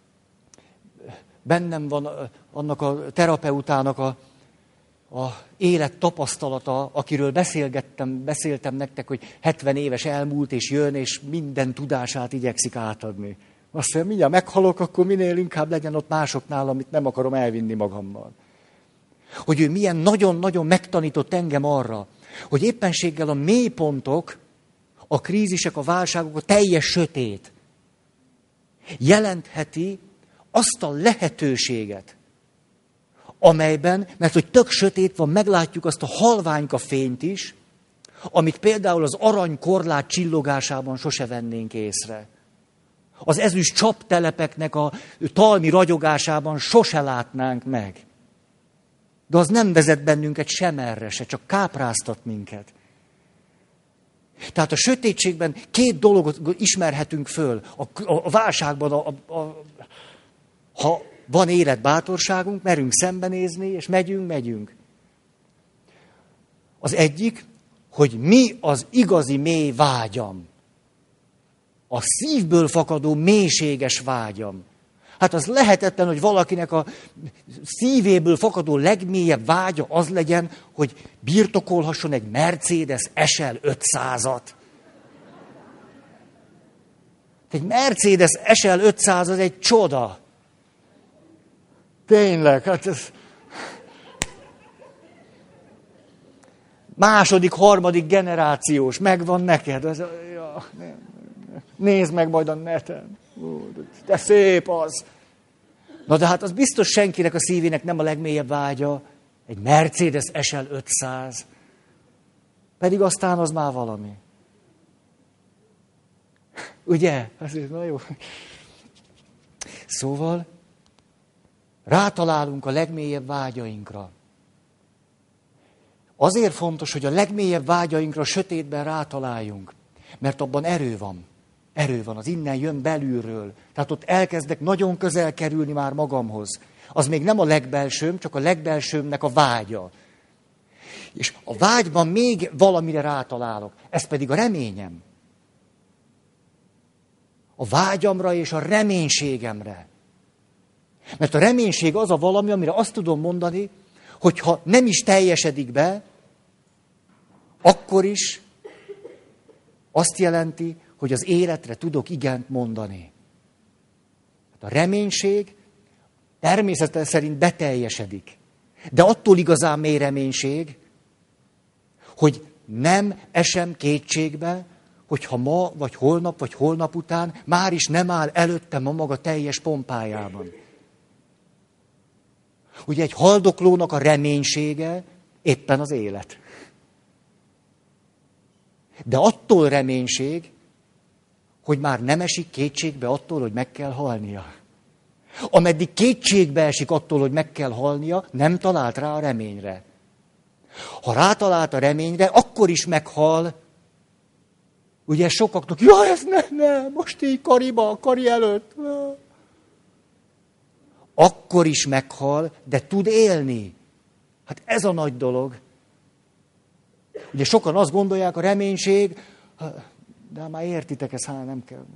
Speaker 1: bennem van annak a terapeutának a, a élet tapasztalata, akiről beszélgettem, beszéltem nektek, hogy hetven éves elmúlt, és jön, és minden tudását igyekszik átadni. Azt mondja, mindjárt meghalok, akkor minél inkább legyen ott másoknál, amit nem akarom elvinni magammal. Hogy ő milyen nagyon-nagyon megtanított engem arra, hogy éppenséggel a mélypontok, a krízisek, a válságok, a teljes sötét jelentheti azt a lehetőséget, amelyben, mert hogy tök sötét van, meglátjuk azt a halványka fényt is, amit például az aranykorlát csillogásában sose vennénk észre. Az ezüst csaptelepeknek a talmi ragyogásában sose látnánk meg. De az nem vezet bennünket sem erre se, csak kápráztat minket. Tehát a sötétségben két dologot ismerhetünk föl. A, a, a válságban, a, a, a, ha van életbátorságunk, merünk szembenézni, és megyünk, megyünk. Az egyik, hogy mi az igazi mély vágyam. A szívből fakadó mélységes vágyam. Hát az lehetetlen, hogy valakinek a szívéből fakadó legmélyebb vágya az legyen, hogy birtokolhasson egy Mercedes es el ötszázat. Egy Mercedes es el ötszáz az egy csoda. Tényleg, hát ez... Második, harmadik generációs, megvan neked. Ez, ja, nézd meg majd a neten. De szép az. Na de hát az biztos senkinek a szívének nem a legmélyebb vágya. Egy Mercedes es el ötszáz. Pedig aztán az már valami. Ugye? Azért, na jó. Szóval rátalálunk a legmélyebb vágyainkra. Azért fontos, hogy a legmélyebb vágyainkra a sötétben rátaláljunk. Mert abban erő van. Erő van, az innen jön belülről. Tehát ott elkezdek nagyon közel kerülni már magamhoz. Az még nem a legbelsőm, csak a legbelsőmnek a vágya. És a vágyban még valamire rátalálok. Ez pedig a reményem. A vágyamra és a reménységemre. Mert a reménység az a valami, amire azt tudom mondani, hogyha nem is teljesedik be, akkor is azt jelenti, hogy az életre tudok igent mondani. A reménység természete szerint beteljesedik. De attól igazán mély reménység, hogy nem esem kétségbe, hogyha ma, vagy holnap, vagy holnap után már is nem áll előttem a maga teljes pompájában. Ugye egy haldoklónak a reménysége éppen az élet. De attól reménység, hogy már nem esik kétségbe attól, hogy meg kell halnia. Ameddig kétségbe esik attól, hogy meg kell halnia, nem talált rá a reményre. Ha rátalált a reményre, akkor is meghal. Ugye sokaknak, ja, ez ne, ne, most így kariba, kari előtt. Akkor is meghal, de tud élni. Hát ez a nagy dolog. Ugye sokan azt gondolják, a reménység, de már értitek, ez hát nem kell.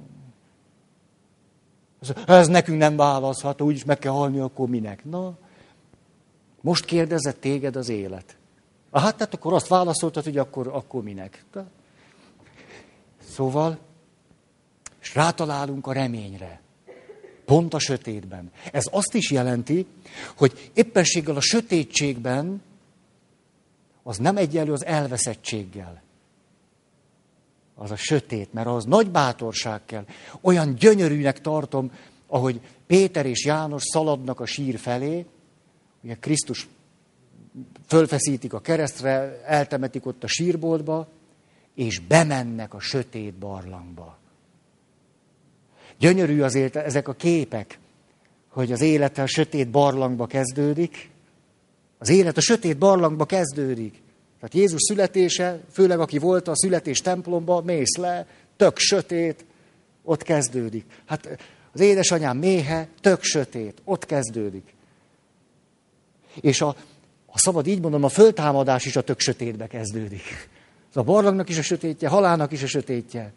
Speaker 1: Ez nekünk nem választható, úgyis meg kell halni, akkor minek? Na, most kérdezett téged az élet. Hát, tehát akkor azt válaszoltad, hogy akkor, akkor minek. De... Szóval, és rátalálunk a reményre. Pont a sötétben. Ez azt is jelenti, hogy éppenséggel a sötétségben az nem egyenlő az elveszettséggel. Az a sötét, mert az nagy bátorság kell. Olyan gyönyörűnek tartom, ahogy Péter és János szaladnak a sír felé, ugye Krisztus fölfeszítik a keresztre, eltemetik ott a sírboltba, és bemennek a sötét barlangba. Gyönyörű azért ezek a képek, hogy az élet a sötét barlangba kezdődik. Az élet a sötét barlangba kezdődik. Tehát Jézus születése, főleg aki volt a születés templomba, mész le, tök sötét, ott kezdődik. Hát az édesanyám méhe, tök sötét, ott kezdődik. És a, ha szabad így mondom, a föltámadás is a tök sötétbe kezdődik. A barlangnak is a sötétje, halálnak is a sötétje.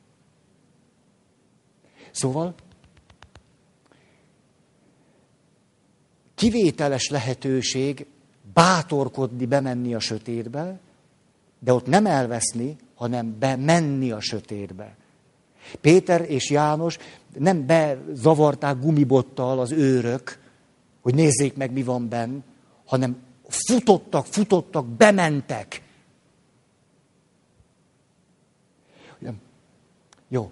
Speaker 1: Szóval kivételes lehetőség bátorkodni, bemenni a sötétbe, de ott nem elveszni, hanem bemenni a sötétbe. Péter és János nem bezavarták gumibottal az őrök, hogy nézzék meg, mi van benn, hanem futottak, futottak, bementek. Jó.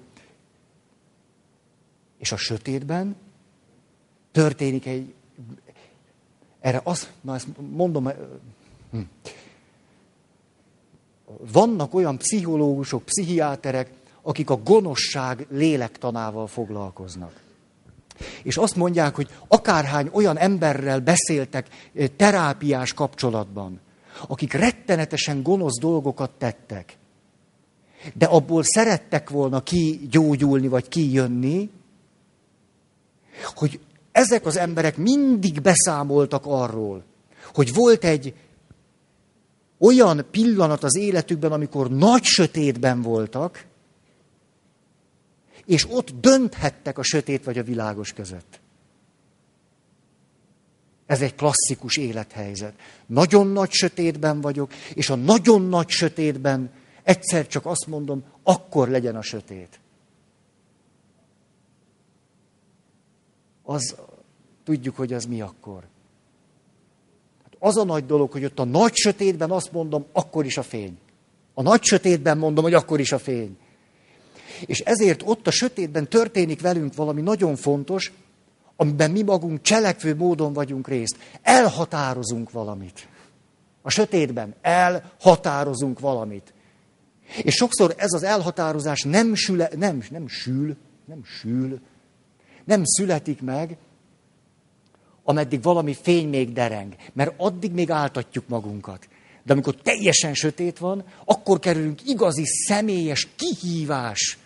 Speaker 1: És a sötétben történik egy... Erre azt, na ezt mondom... Hm. Vannak olyan pszichológusok, pszichiáterek, akik a gonoszság lélektanával foglalkoznak. És azt mondják, hogy akárhány olyan emberrel beszéltek terápiás kapcsolatban, akik rettenetesen gonosz dolgokat tettek, de abból szerettek volna kigyógyulni, vagy kijönni, hogy ezek az emberek mindig beszámoltak arról, hogy volt egy olyan pillanat az életükben, amikor nagy sötétben voltak, és ott dönthettek a sötét vagy a világos között. Ez egy klasszikus élethelyzet. Nagyon nagy sötétben vagyok, és a nagyon nagy sötétben egyszer csak azt mondom, akkor legyen a sötét. Az, tudjuk, hogy az mi akkor. Az a nagy dolog, hogy ott a nagy sötétben azt mondom, akkor is a fény. A nagy sötétben mondom, hogy akkor is a fény. És ezért ott a sötétben történik velünk valami nagyon fontos, amiben mi magunk cselekvő módon vagyunk részt. Elhatározunk valamit. A sötétben elhatározunk valamit. És sokszor ez az elhatározás nem sül, nem, nem sül, nem sül, nem születik meg, ameddig valami fény még dereng. Mert addig még áltatjuk magunkat. De amikor teljesen sötét van, akkor kerülünk igazi személyes kihívás,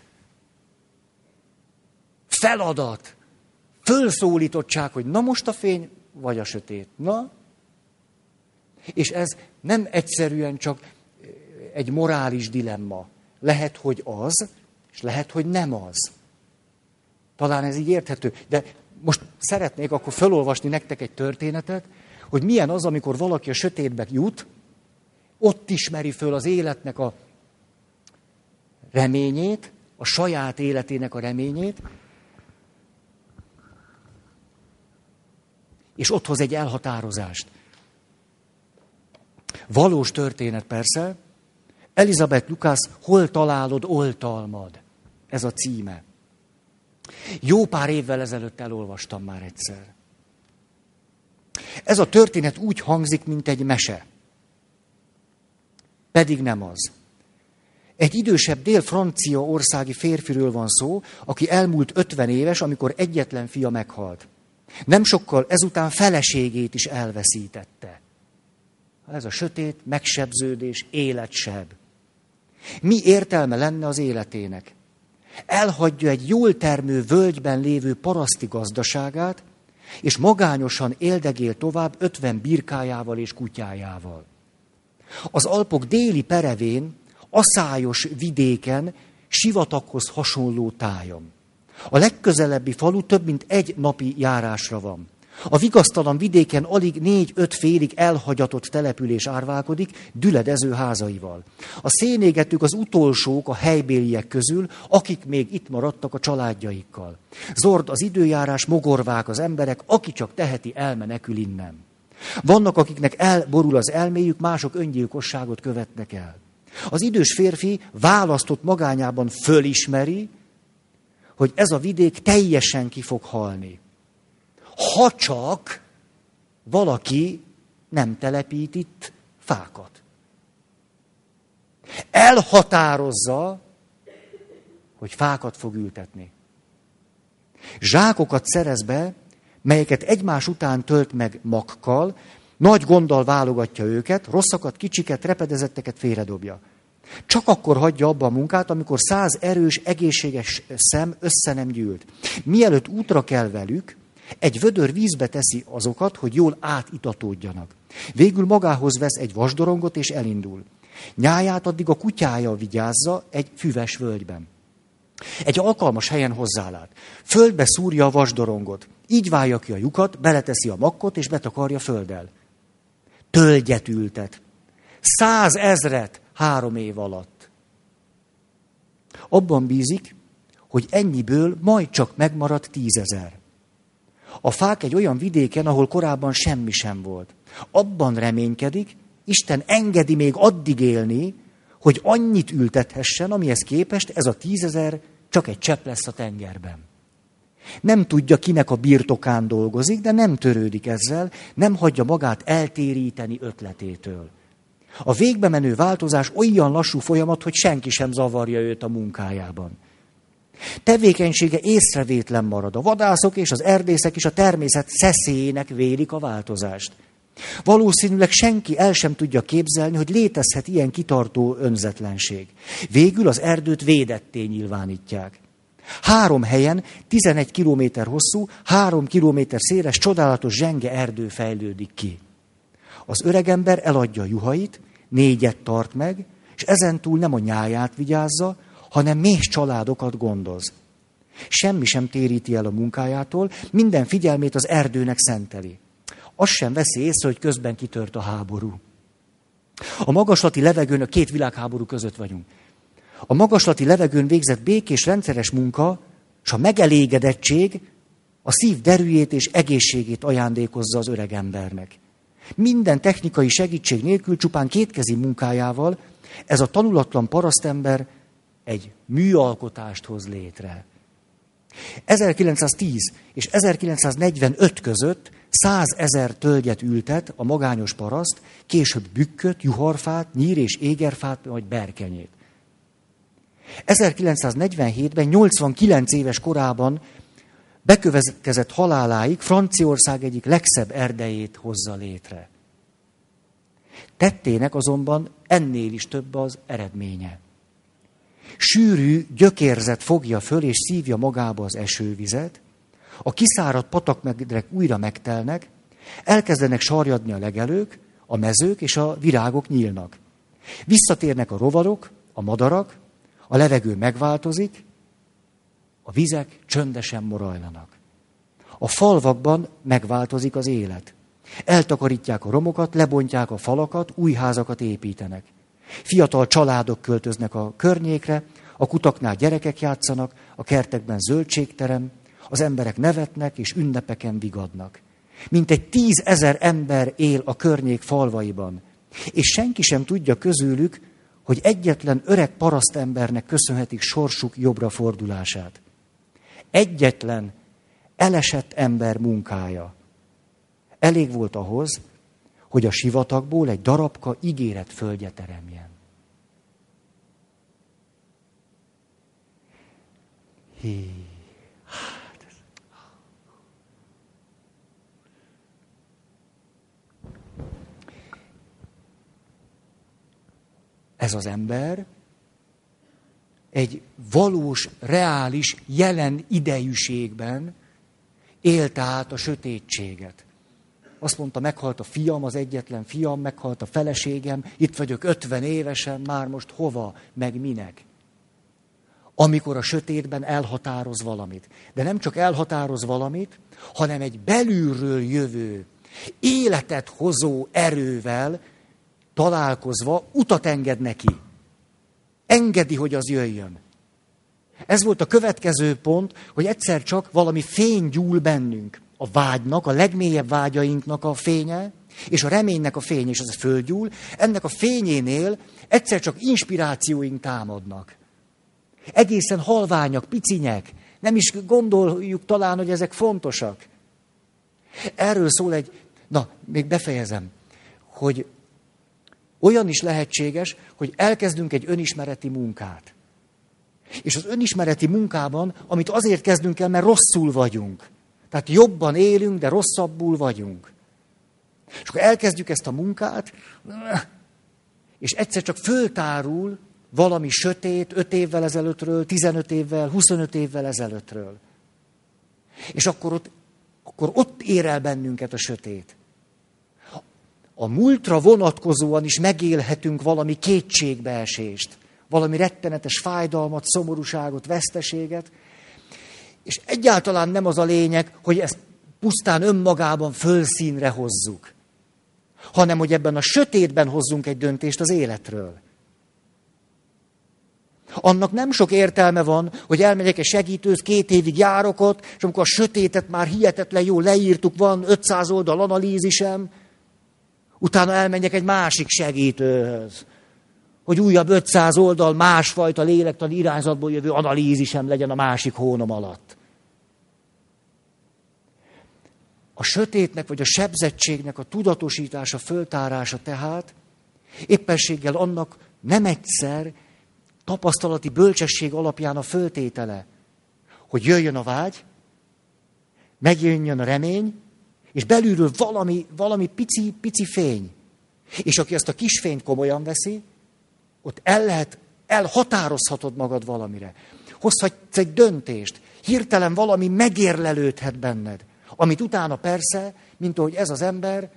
Speaker 1: feladat, fölszólítottság, hogy na most a fény, vagy a sötét. Na? És ez nem egyszerűen csak egy morális dilemma. Lehet, hogy az, és lehet, hogy nem az. Talán ez így érthető. De most szeretnék akkor felolvasni nektek egy történetet, hogy milyen az, amikor valaki a sötétbe jut, ott ismeri föl az életnek a reményét, a saját életének a reményét, és ott hoz egy elhatározást. Valós történet persze. Elizabeth Lucas, Hol találod oltalmad? Ez a címe. Jó pár évvel ezelőtt elolvastam már egyszer. Ez a történet úgy hangzik, mint egy mese. Pedig nem az. Egy idősebb dél-francia országi férfiről van szó, aki elmúlt ötven éves, amikor egyetlen fia meghalt. Nem sokkal ezután feleségét is elveszítette. Ez a sötét, megsebződés, életseb. Mi értelme lenne az életének? Elhagyja egy jól termő völgyben lévő paraszti gazdaságát, és magányosan éldegél tovább ötven birkájával és kutyájával. Az Alpok déli perevén, aszályos vidéken, sivataghoz hasonló tájon. A legközelebbi falu több mint egy napi járásra van. A vigasztalan vidéken alig négy-öt félig elhagyatott település árválkodik, düledező házaival. A szénégetők az utolsók a helybéliek közül, akik még itt maradtak a családjaikkal. Zord az időjárás, mogorvák az emberek, aki csak teheti, elmenekül innen. Vannak, akiknek elborul az elméjük, mások öngyilkosságot követnek el. Az idős férfi választott magányában fölismeri, hogy ez a vidék teljesen ki fog halni. Ha csak valaki nem telepít itt fákat. Elhatározza, hogy fákat fog ültetni. Zsákokat szerez be, melyeket egymás után tölt meg makkal, nagy gonddal válogatja őket, rosszakat, kicsiket, repedezetteket félredobja. Csak akkor hagyja abba a munkát, amikor száz erős, egészséges szem össze nem gyűlt. Mielőtt útra kell velük, egy vödör vízbe teszi azokat, hogy jól átitatódjanak. Végül magához vesz egy vasdorongot és elindul. Nyáját addig a kutyája vigyázza egy füves völgyben. Egy alkalmas helyen hozzálát. Földbe szúrja a vasdorongot. Így válja ki a lyukat, beleteszi a makkot és betakarja földdel. Tölgyet ültet. Százezret három év alatt. Abban bízik, hogy ennyiből majd csak megmarad tízezer. A fák egy olyan vidéken, ahol korábban semmi sem volt. Abban reménykedik, Isten engedi még addig élni, hogy annyit ültethessen, amihez képest ez a tízezer csak egy csepp lesz a tengerben. Nem tudja, kinek a birtokán dolgozik, de nem törődik ezzel, nem hagyja magát eltéríteni ötletétől. A végbe menő változás olyan lassú folyamat, hogy senki sem zavarja őt a munkájában. Tevékenysége észrevétlen marad. A vadászok és az erdészek is a természet szeszélyének vélik a változást. Valószínűleg senki el sem tudja képzelni, hogy létezhet ilyen kitartó önzetlenség. Végül az erdőt védetté nyilvánítják. Három helyen tizenegy kilométer hosszú, három kilométer széles, csodálatos zsenge erdő fejlődik ki. Az öregember eladja a juhait, négyet tart meg, és ezentúl nem a nyáját vigyázza, hanem méh családokat gondoz. Semmi sem téríti el a munkájától, minden figyelmét az erdőnek szenteli. azt sem veszi észre, hogy közben kitört a háború. A magaslati levegőn, a két világháború között vagyunk. A magaslati levegőn végzett békés rendszeres munka, és a megelégedettség a szív derűjét és egészségét ajándékozza az öreg embernek. Minden technikai segítség nélkül, csupán kétkezi munkájával ez a tanulatlan parasztember egy műalkotást hoz létre. ezerkilencszáztíz és ezerkilencszáznegyvenöt között százezer tölgyet ültet a magányos paraszt, később bükköt, juharfát, nyír és égerfát, vagy berkenyét. ezerkilencszáznegyvenhétben nyolcvankilenc éves korában bekövetkezett haláláig Franciaország egyik legszebb erdejét hozza létre. Tettének azonban ennél is több az eredménye. Sűrű gyökérzet fogja föl és szívja magába az esővizet, a kiszáradt patakmedrek újra megtelnek, elkezdenek sarjadni a legelők, a mezők és a virágok nyílnak. Visszatérnek a rovarok, a madarak, a levegő megváltozik, a vizek csöndesen morajlanak. A falvakban megváltozik az élet. Eltakarítják a romokat, lebontják a falakat, új házakat építenek. Fiatal családok költöznek a környékre, a kutaknál gyerekek játszanak, a kertekben zöldségterem, az emberek nevetnek és ünnepeken vigadnak. Mintegy tízezer ember él a környék falvaiban, és senki sem tudja közülük, hogy egyetlen öreg parasztembernek köszönhetik sorsuk jobbra fordulását. Egyetlen elesett ember munkája elég volt ahhoz, hogy a sivatagból egy darabka ígéret földje teremjen. Hí. Hát ez... ez az ember egy valós, reális, jelen idejűségben élte át a sötétséget. Azt mondta, meghalt a fiam, az egyetlen fiam, meghalt a feleségem, itt vagyok ötven évesen, már most hova, meg minek. Amikor a sötétben elhatároz valamit. De nem csak elhatároz valamit, hanem egy belülről jövő, életet hozó erővel találkozva utat enged neki. Engedi, hogy az jöjjön. Ez volt a következő pont, hogy egyszer csak valami fény gyúl bennünk. A vágynak, a legmélyebb vágyainknak a fénye, és a reménynek a fénye, és az földgyúl. Ennek a fényénél egyszer csak inspirációink támadnak. Egészen halványak, picinyek. Nem is gondoljuk talán, hogy ezek fontosak. Erről szól egy, na, még befejezem, hogy olyan is lehetséges, hogy elkezdünk egy önismereti munkát. És az önismereti munkában, amit azért kezdünk el, mert rosszul vagyunk. Tehát jobban élünk, de rosszabbul vagyunk. És akkor elkezdjük ezt a munkát, és egyszer csak föltárul valami sötét öt évvel ezelőttről, tizenöt évvel, huszonöt évvel ezelőttről. És akkor ott, akkor ott ér el bennünket a sötét. A múltra vonatkozóan is megélhetünk valami kétségbeesést, valami rettenetes fájdalmat, szomorúságot, veszteséget, és egyáltalán nem az a lényeg, hogy ezt pusztán önmagában fölszínre hozzuk, hanem hogy ebben a sötétben hozzunk egy döntést az életről. Annak nem sok értelme van, hogy elmegyek egy segítőhöz, két évig járok ott, és amikor a sötétet már hihetetlen jó leírtuk, van ötszáz oldal analízisem, utána elmenjek egy másik segítőhöz, hogy újabb ötszáz oldal másfajta lélektani irányzatból jövő analízisem legyen a másik hónom alatt. A sötétnek vagy a sebzettségnek a tudatosítása, föltárása tehát éppenséggel annak nem egyszer tapasztalati bölcsesség alapján a föltétele, hogy jöjjön a vágy, megjöjjön a remény, és belülről valami, valami pici, pici fény. És aki ezt a kis fényt komolyan veszi, ott el lehet, elhatározhatod magad valamire. Hozhatsz egy döntést. Hirtelen valami megérlelődhet benned. Amit utána persze, mint ahogy ez az ember,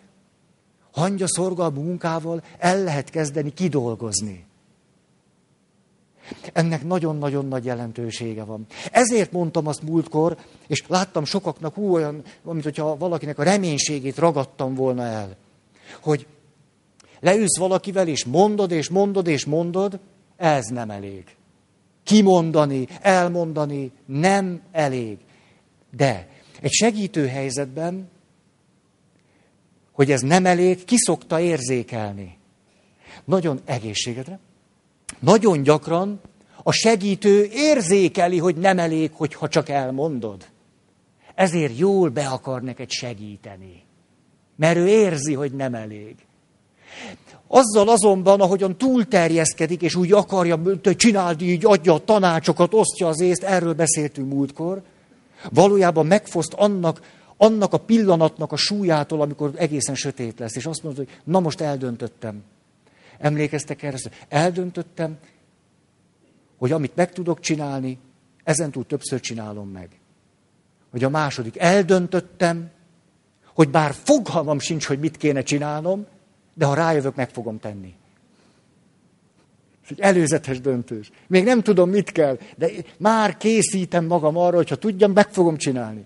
Speaker 1: hangya szorgalmú munkával el lehet kezdeni kidolgozni. Ennek nagyon-nagyon nagy jelentősége van. Ezért mondtam azt múltkor, és láttam sokaknak ú, olyan, mint hogyha valakinek a reménységét ragadtam volna el, hogy leülsz valakivel, és mondod, és mondod, és mondod, ez nem elég. Kimondani, elmondani nem elég. De egy segítő helyzetben, hogy ez nem elég, ki szokta érzékelni. Nagyon egészségedre. Nagyon gyakran a segítő érzékeli, hogy nem elég, hogyha csak elmondod. Ezért jól be akar neked segíteni. Mert ő érzi, hogy nem elég. Azzal azonban, ahogyan túlterjeszkedik, és úgy akarja, csináld így, adja a tanácsokat, osztja az észt, erről beszéltünk múltkor, valójában megfoszt annak, annak a pillanatnak a súlyától, amikor egészen sötét lesz. És azt mondod, hogy na most eldöntöttem. Emlékeztek erre? Eldöntöttem, hogy amit meg tudok csinálni, ezentúl többször csinálom meg. Hogy a második, eldöntöttem, hogy bár fogalmam sincs, hogy mit kéne csinálnom, de ha rájövök, meg fogom tenni. Ez egy előzetes döntés. Még nem tudom, mit kell, de már készítem magam arra, hogy ha tudjam, meg fogom csinálni.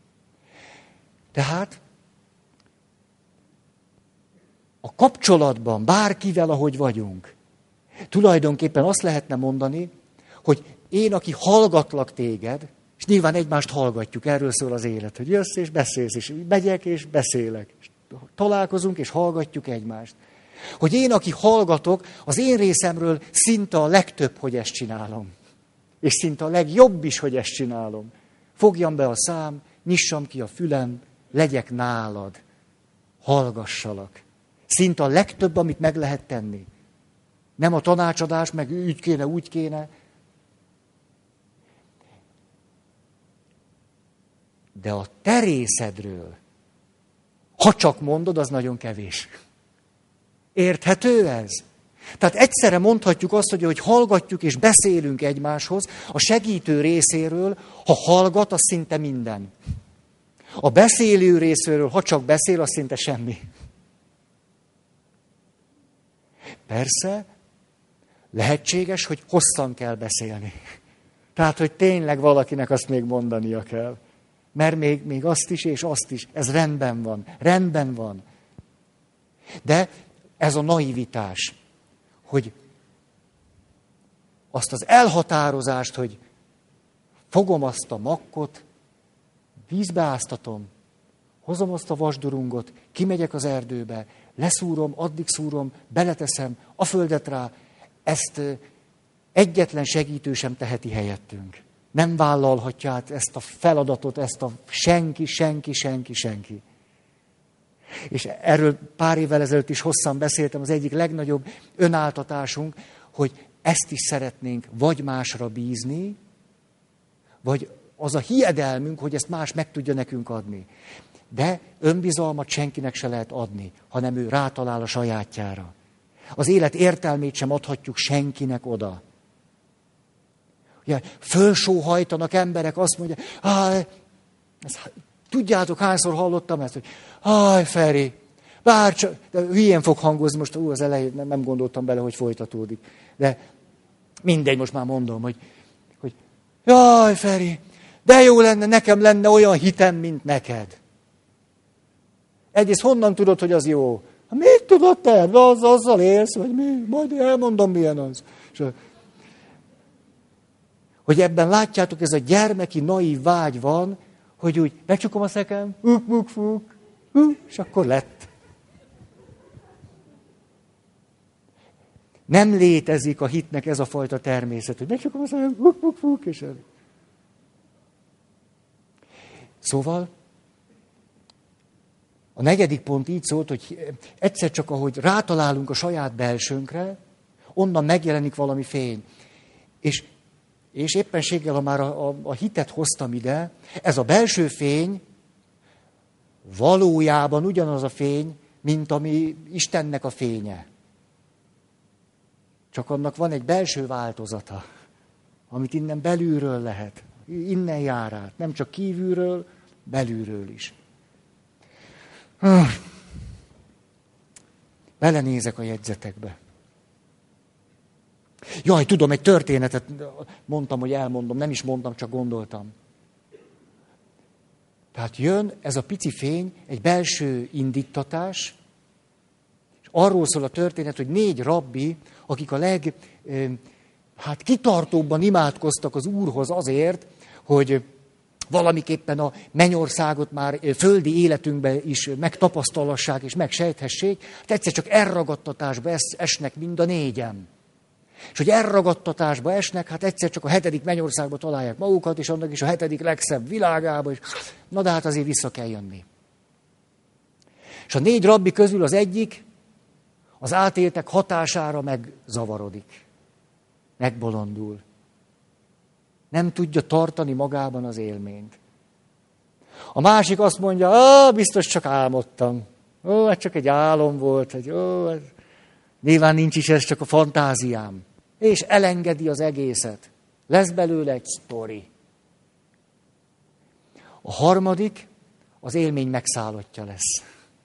Speaker 1: Tehát a kapcsolatban, bárkivel, ahogy vagyunk, tulajdonképpen azt lehetne mondani, hogy én, aki hallgatlak téged, és nyilván egymást hallgatjuk, erről szól az élet, hogy jössz és beszélsz, és megyek és beszélek. És találkozunk és hallgatjuk egymást. Hogy én, aki hallgatok, az én részemről szinte a legtöbb, hogy ezt csinálom. És szinte a legjobb is, hogy ezt csinálom. Fogjam be a szám, nyissam ki a fülem, legyek nálad, hallgassalak. Szinte a legtöbb, amit meg lehet tenni. Nem a tanácsadás, meg úgy kéne, úgy kéne. De a te részedről, ha csak mondod, az nagyon kevés. Érthető ez? Tehát egyszerre mondhatjuk azt, hogy, hogy hallgatjuk és beszélünk egymáshoz, a segítő részéről, ha hallgat, az szinte minden. A beszélő részéről, ha csak beszél, az szinte semmi. Persze, lehetséges, hogy hosszan kell beszélni. Tehát, hogy tényleg valakinek azt még mondania kell. Mert még, még azt is, és azt is. Ez rendben van. Rendben van. De ez a naivitás, hogy azt az elhatározást, hogy fogom azt a makkot, vízbe áztatom, hozom azt a vasdurungot, kimegyek az erdőbe, leszúrom, addig szúrom, beleteszem, a földet rá, ezt egyetlen segítő sem teheti helyettünk. Nem vállalhatja át ezt a feladatot, ezt a senki, senki, senki, senki. És erről pár évvel ezelőtt is hosszan beszéltem, az egyik legnagyobb önáltatásunk, hogy ezt is szeretnénk vagy másra bízni, vagy az a hiedelmünk, hogy ezt más meg tudja nekünk adni. De önbizalmat senkinek se lehet adni, hanem ő rátalál a sajátjára. Az élet értelmét sem adhatjuk senkinek oda. Ugye, fölsóhajtanak emberek, azt mondja, háj, ezt, tudjátok, hányszor hallottam ezt, hogy háj, Feri, bár csak, de hülyén fog hangozni, most ú, az elején nem, nem gondoltam bele, hogy folytatódik. De mindegy, most már mondom, hogy, hogy jaj, Feri, de jó lenne, nekem lenne olyan hitem, mint neked. Egyrészt honnan tudod, hogy az jó? Mit tudod te? Az, azzal élsz, vagy mi? Majd elmondom, milyen az. És, hogy ebben látjátok, ez a gyermeki naív vágy van, hogy úgy megcsukom a szekem, fuk, fuk, fuk, fuk, és akkor lett. Nem létezik a hitnek ez a fajta természet, hogy megcsukom a szekem, fuk, fuk, fuk, és el. Szóval a negyedik pont így szólt, hogy egyszer csak, ahogy rátalálunk a saját belsőnkre, onnan megjelenik valami fény. És, és éppenséggel, ha már a, a, a hitet hoztam ide, ez a belső fény valójában ugyanaz a fény, mint ami Istennek a fénye. Csak annak van egy belső változata, amit innen belülről lehet. Innen jár át. Nem csak kívülről, belülről is. Belenézek a jegyzetekbe. Jaj, tudom, egy történetet mondtam, hogy elmondom, nem is mondtam, csak gondoltam. Tehát jön ez a pici fény, egy belső indítatás, és arról szól a történet, hogy négy rabbi, akik a leg, hát kitartóbban imádkoztak az Úrhoz azért, hogy valamiképpen a mennyországot már földi életünkben is megtapasztalassák és megsejthessék, hát egyszer csak elragadtatásba esnek mind a négyen. És hogy elragadtatásba esnek, hát egyszer csak a hetedik mennyországba találják magukat, és annak is a hetedik legszebb világába, és na de hát azért vissza kell jönni. És a négy rabbi közül az egyik az átéltek hatására megzavarodik, megbolondul. Nem tudja tartani magában az élményt. A másik azt mondja, ah, biztos csak álmodtam. Ó, hát csak egy álom volt, hogy ó, hát nyilván nincs is ez, csak a fantáziám. És elengedi az egészet. Lesz belőle egy sztori. A harmadik az élmény megszállottja lesz.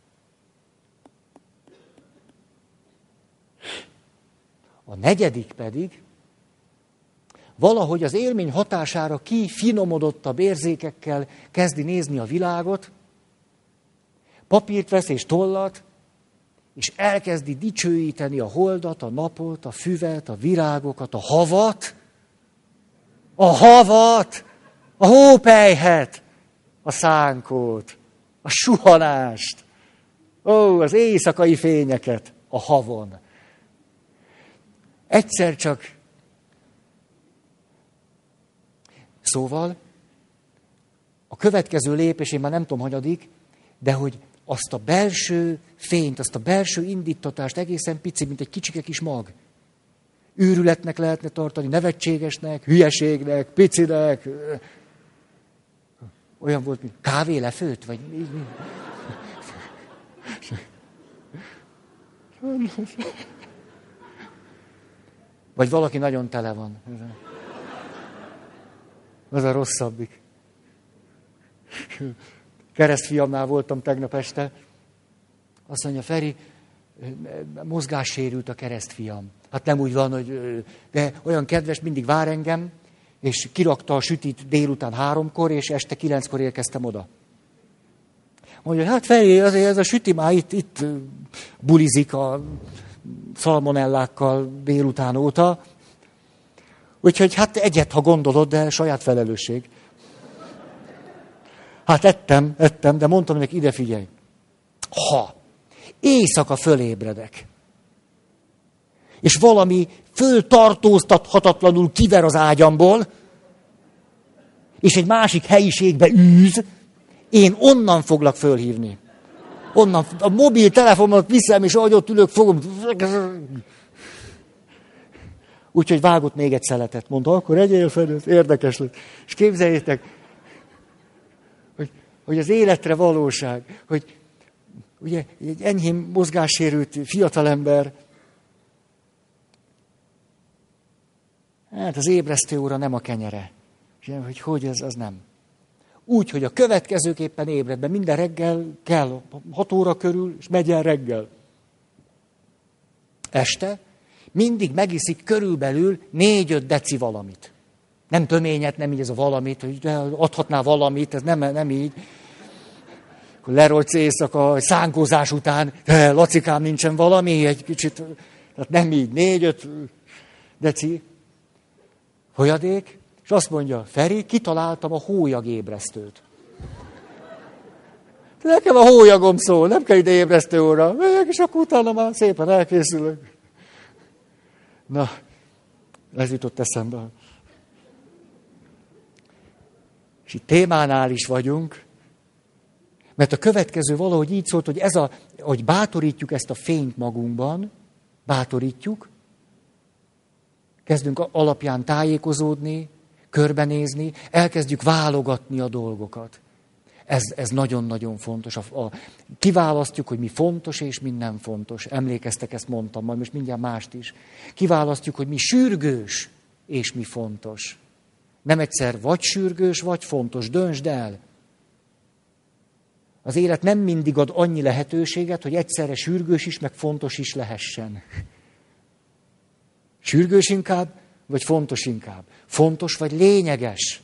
Speaker 1: A negyedik pedig valahogy az élmény hatására kifinomodottabb érzékekkel kezdi nézni a világot, papírt vesz és tollat, és elkezdi dicsőíteni a holdat, a napot, a füvet, a virágokat, a havat, a havat, a hópelyhet, a szánkót, a suhanást, ó, az éjszakai fényeket a havon. Egyszer csak. Szóval a következő lépés, én már nem tudom, hanyadik, de hogy azt a belső fényt, azt a belső indítatást egészen pici, mint egy kicsike kis mag. Őrületnek lehetne tartani, nevetségesnek, hülyeségnek, picinek. Olyan volt, mint kávé lefőtt, vagy így. Vagy valaki nagyon tele van. Az a rosszabbik. Keresztfiamnál voltam tegnap este. Azt mondja, Feri, mozgássérült a keresztfiam. Hát nem úgy van, hogy... De olyan kedves, mindig vár engem, és kirakta a sütit délután háromkor, és este kilenckor érkeztem oda. Mondja, hát Feri, azért ez a süti már itt, itt bulizik a szalmonellákkal délután óta. Úgyhogy hát egyet, ha gondolod, de saját felelősség. Hát ettem, ettem, de mondtam neki, ide figyelj. Ha éjszaka fölébredek, és valami föltartóztathatatlanul kiver az ágyamból, és egy másik helyiségbe űz, én onnan foglak fölhívni. Onnan, a mobiltelefonomat viszem, és ahogy ott ülök, fogom... Úgyhogy vágott még egy szeletet. Mondta, akkor egyél fel, ez érdekes lett. És képzeljétek, hogy, hogy az életre valóság, hogy ugye egy enyhén mozgássérült fiatalember, hát az ébresztő óra nem a kenyere. Hogy hogy ez, az nem. Úgy, hogy a következőképpen ébred be, minden reggel kell, hat óra körül, és megy el reggel. Este mindig megiszik körülbelül négy-öt deci valamit. Nem töményet, nem így ez a valamit, hogy adhatná valamit, ez nem, nem így. Akkor lerolsz éjszaka, szánkózás után, Lacikám, nincsen valami, egy kicsit, tehát nem így, négy-öt deci folyadék, és azt mondja, Feri, kitaláltam a hólyagébresztőt. Nekem a hólyagom szól, nem kell ide ébresztő óra, megyek, és akkor utána már szépen elkészülök. Na, ez jutott eszembe. És itt témánál is vagyunk, mert a következő valahogy így szólt, hogy ez a, hogy bátorítjuk ezt a fényt magunkban, bátorítjuk, kezdünk alapján tájékozódni, körbenézni, elkezdjük válogatni a dolgokat. Ez, ez nagyon-nagyon fontos. A, a, kiválasztjuk, hogy mi fontos és mi nem fontos. Emlékeztek, ezt mondtam, majd most mindjárt mást is. Kiválasztjuk, hogy mi sürgős és mi fontos. Nem egyszer vagy sürgős, vagy fontos. Döntsd el. Az élet nem mindig ad annyi lehetőséget, hogy egyszerre sürgős is, meg fontos is lehessen. Sürgős inkább, vagy fontos inkább? Fontos vagy lényeges?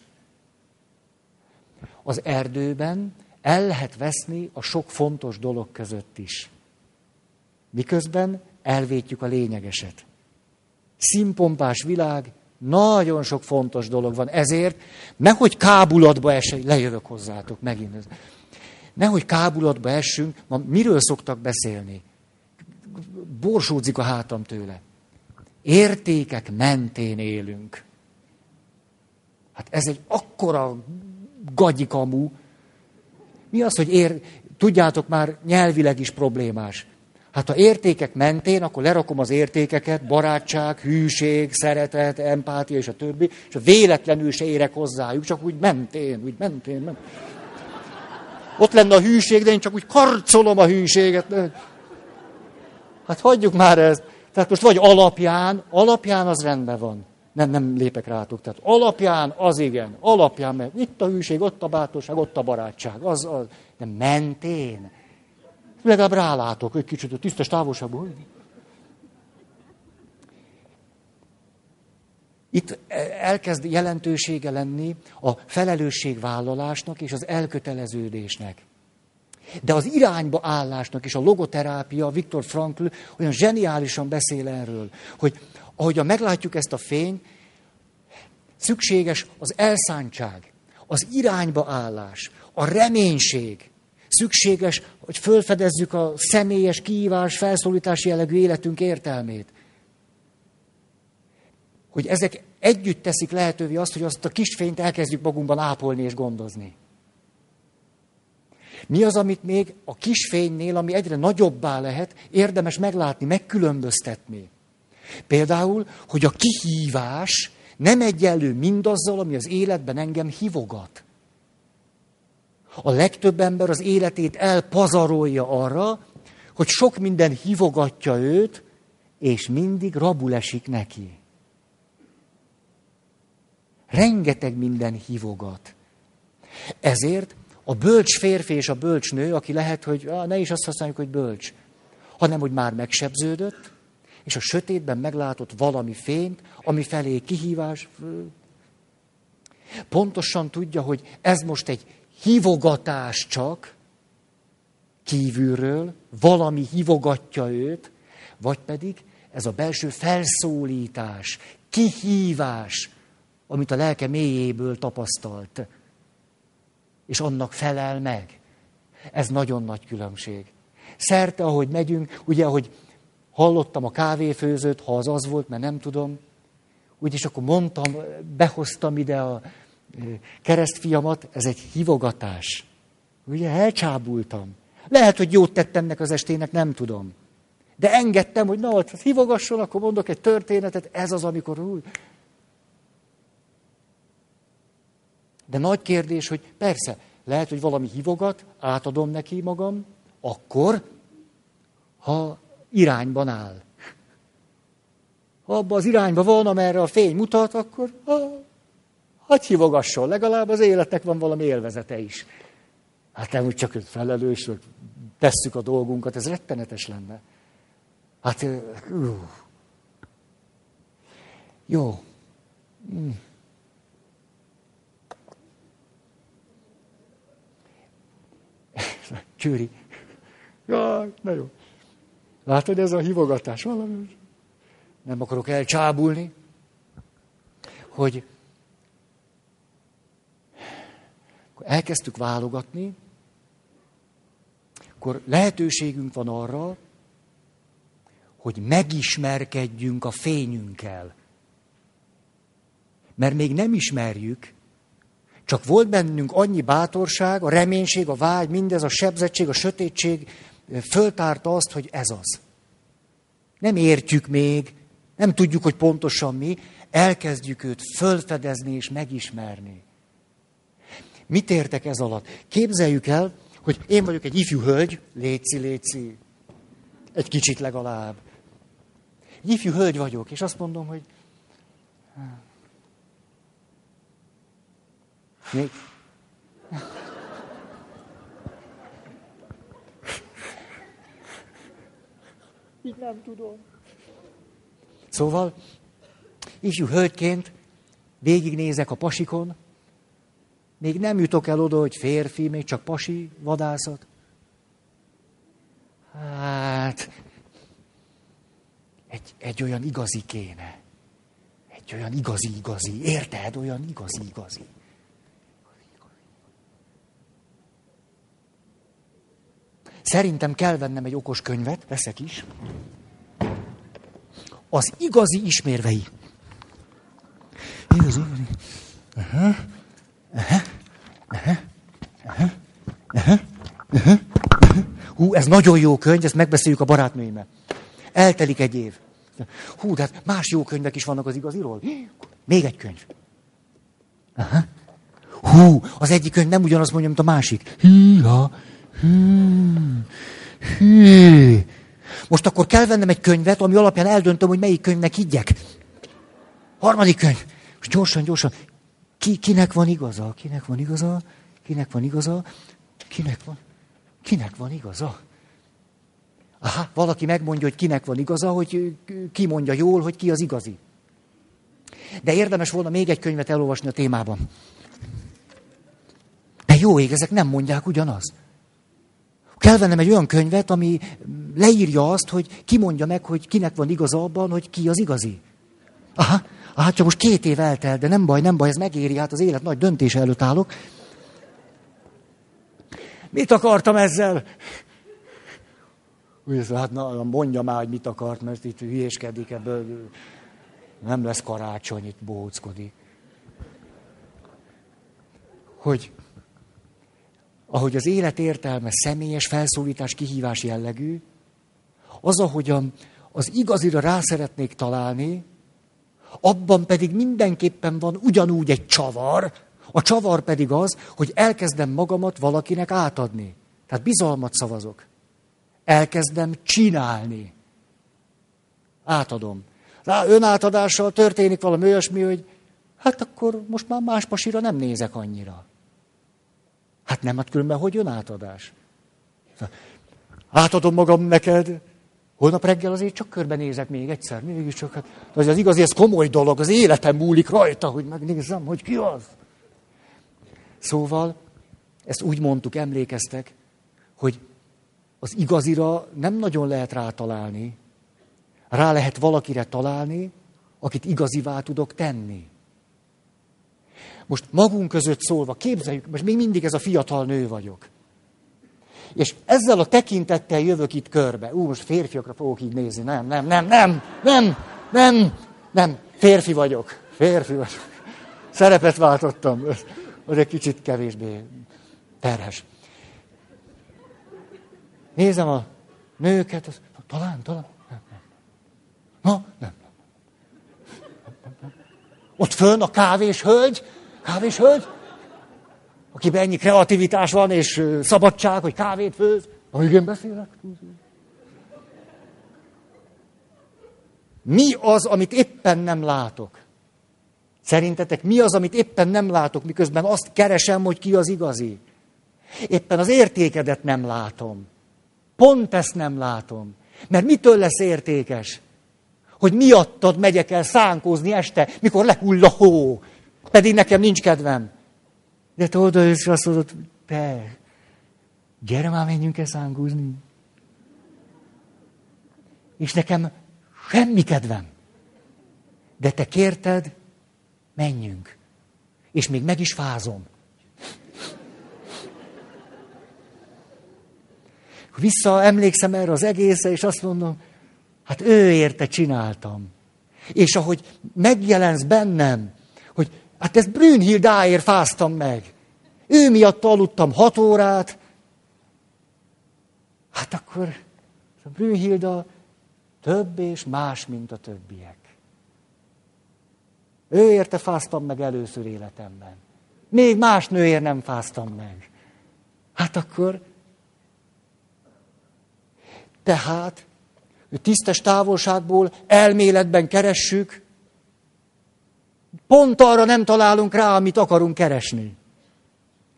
Speaker 1: Az erdőben el lehet veszni a sok fontos dolog között is. Miközben elvétjük a lényegeset. Színpompás világ, nagyon sok fontos dolog van. Ezért nehogy kábulatba esünk, lejövök hozzátok megint. Nehogy kábulatba essünk, ma miről szoktak beszélni? Borsódzik a hátam tőle. Értékek mentén élünk. Hát ez egy akkora gagyikamu. Mi az, hogy ér... Tudjátok, már nyelvileg is problémás. Hát ha értékek mentén, akkor lerakom az értékeket, barátság, hűség, szeretet, empátia és a többi, és a véletlenül se érek hozzájuk, csak úgy mentén, úgy mentén. mentén. Ott lenne a hűség, de én csak úgy karcolom a hűséget. Hát hagyjuk már ezt. Tehát most vagy alapján, alapján az rendben van. Nem, nem lépek rátok. Tehát alapján az igen, alapján, mert itt a hűség, ott a bátorság, ott a barátság. Az, az. De mentén. Legalább rálátok egy kicsit a tisztes távolságból. Itt elkezd jelentősége lenni a felelősségvállalásnak és az elköteleződésnek. De az irányba állásnak és a logoterápia, Viktor Frankl olyan zseniálisan beszél erről, hogy ahogyan meglátjuk ezt a fényt, szükséges az elszántság, az irányba állás, a reménység. Szükséges, hogy felfedezzük a személyes kihívás, felszólítási jellegű életünk értelmét. Hogy ezek együtt teszik lehetővé azt, hogy azt a kis fényt elkezdjük magunkban ápolni és gondozni. Mi az, amit még a kis fénynél, ami egyre nagyobbá lehet, érdemes meglátni, megkülönböztetni? Például, hogy a kihívás nem egyenlő mindazzal, ami az életben engem hívogat. A legtöbb ember az életét elpazarolja arra, hogy sok minden hívogatja őt, és mindig rabul esik neki. Rengeteg minden hívogat. Ezért a bölcs férfi és a bölcs nő, aki lehet, hogy ah, ne is azt használjuk, hogy bölcs, hanem, hogy már megsebződött, és a sötétben meglátott valami fényt, ami felé kihívás, pontosan tudja, hogy ez most egy hívogatás csak kívülről, valami hívogatja őt, vagy pedig ez a belső felszólítás, kihívás, amit a lelke mélyéből tapasztalt, és annak felel meg. Ez nagyon nagy különbség. Szerte, ahogy megyünk, ugye, ahogy hallottam a kávéfőzőt, ha az az volt, mert nem tudom, úgyis akkor mondtam, behoztam ide a keresztfiamat, ez egy hívogatás. Ugye, elcsábultam. Lehet, hogy jót tettem ennek az estének, nem tudom. De engedtem, hogy na, ott hívogasson, akkor mondok egy történetet, ez az, amikor úgy. De nagy kérdés, hogy persze, lehet, hogy valami hívogat, átadom neki magam, akkor, ha irányban áll. Ha abban az irányban van, amerre a fény mutat, akkor ha, hadd hívogasson, legalább az életnek van valami élvezete is. Hát nem úgy csak felelős, hogy tesszük a dolgunkat, ez rettenetes lenne. Hát, uh. Jó. Mm. Csőri. Jaj, na jó. Látod, ez a hívogatás valami. Nem akarok elcsábulni, hogy elkezdtük válogatni, akkor lehetőségünk van arra, hogy megismerkedjünk a fényünkkel. Mert még nem ismerjük, csak volt bennünk annyi bátorság, a reménység, a vágy, mindez, a sebzettség, a sötétség föltárta azt, hogy ez az. Nem értjük még, nem tudjuk, hogy pontosan mi, elkezdjük őt fölfedezni és megismerni. Mit értek ez alatt? Képzeljük el, hogy én vagyok egy ifjú hölgy, léci, léci, egy kicsit legalább. Egy ifjú hölgy vagyok, és azt mondom, hogy még... Így nem tudom. Szóval ifjú hölgyként végignézek a pasikon, még nem jutok el oda, hogy férfi, még csak pasi vadászat. Hát, egy, egy olyan igazi kéne. Egy olyan igazi-igazi. Érted? Olyan igazi-igazi. Szerintem kell vennem egy okos könyvet, veszek is. Az igazi ismérvei. Igazi, igazi. Aha. Aha. Aha. Aha. Aha. Aha. Hú, ez nagyon jó könyv, ezt megbeszéljük a barátnőimmel. Eltelik egy év. Hú, de hát más jó könyvek is vannak az igaziról. Még egy könyv. Aha. Hú, az egyik könyv nem ugyanaz mondja, mint a másik. Hűha. Hű. Hű. Most akkor kell vennem egy könyvet, ami alapján eldöntöm, hogy melyik könyvnek higgyek. Harmadik könyv. Most gyorsan, gyorsan. Ki, kinek van igaza? Kinek van igaza? Kinek van igaza? Kinek van? Kinek van igaza? Aha, valaki megmondja, hogy kinek van igaza, hogy ki mondja jól, hogy ki az igazi. De érdemes volna még egy könyvet elolvasni a témában. De jó ég, ezek nem mondják ugyanaz. Kell vennem egy olyan könyvet, ami leírja azt, hogy ki mondja meg, hogy kinek van igaza abban, hogy ki az igazi. Aha, aha, csak most két év eltelt, de nem baj, nem baj, ez megéri, hát az élet nagy döntése előtt állok. Mit akartam ezzel? Hát na, mondja már, hogy mit akart, mert itt hülyéskedik, ebből nem lesz karácsony, itt bóckodik. Hogy ahogy az élet értelme személyes felszólítás, kihívás jellegű, az, ahogyan az igazira rá szeretnék találni, abban pedig mindenképpen van ugyanúgy egy csavar, a csavar pedig az, hogy elkezdem magamat valakinek átadni. Tehát bizalmat szavazok. Elkezdem csinálni. Átadom. Rá önátadással történik valami olyasmi, hogy hát akkor most már más pasira nem nézek annyira. Hát nem, hát különben hogy jön átadás? Átadom magam neked, holnap reggel azért csak körbenézek még egyszer, mégiscsak. Hát, az, az igazi, ez komoly dolog, az életem múlik rajta, hogy megnézzem, hogy ki az. Szóval, ezt úgy mondtuk, emlékeztek, hogy az igazira nem nagyon lehet rátalálni. Rá lehet valakire találni, akit igazivá tudok tenni. Most magunk között szólva, képzeljük, most még mindig ez a fiatal nő vagyok. És ezzel a tekintettel jövök itt körbe. Ú, most férfiakra fogok így nézni. Nem, nem, nem, nem, nem, nem, nem. Férfi vagyok. Férfi vagyok. Szerepet váltottam. Az egy kicsit kevésbé terhes. Nézem a nőket, az, talán, talán, nem, nem. Na, nem. Ott fönn a kávés hölgy, kávés hölgy, akiben ennyi kreativitás van, és szabadság, hogy kávét főz. Na, igen, beszélek. Mi az, amit éppen nem látok? Szerintetek mi az, amit éppen nem látok, miközben azt keresem, hogy ki az igazi? Éppen az értékedet nem látom. Pont ezt nem látom. Mert mitől lesz értékes? Hogy miattad megyek el szánkózni este, mikor lehull a hó. Pedig nekem nincs kedvem. De te odajössz, és azt mondod, te, gyere már, menjünk el szánkózni. És nekem semmi kedvem. De te kérted, menjünk. És még meg is fázom. Visszaemlékszem erre az egészre, és azt mondom, hát ő érte csináltam. És ahogy megjelensz bennem, hogy hát ezt Brünnhildáért fáztam meg. Ő miatt aludtam hat órát. Hát akkor a Brünnhilda több és más, mint a többiek. Ő érte fáztam meg először életemben. Még más nőért nem fáztam meg. Hát akkor... Tehát tisztes távolságból, elméletben keressük, pont arra nem találunk rá, amit akarunk keresni.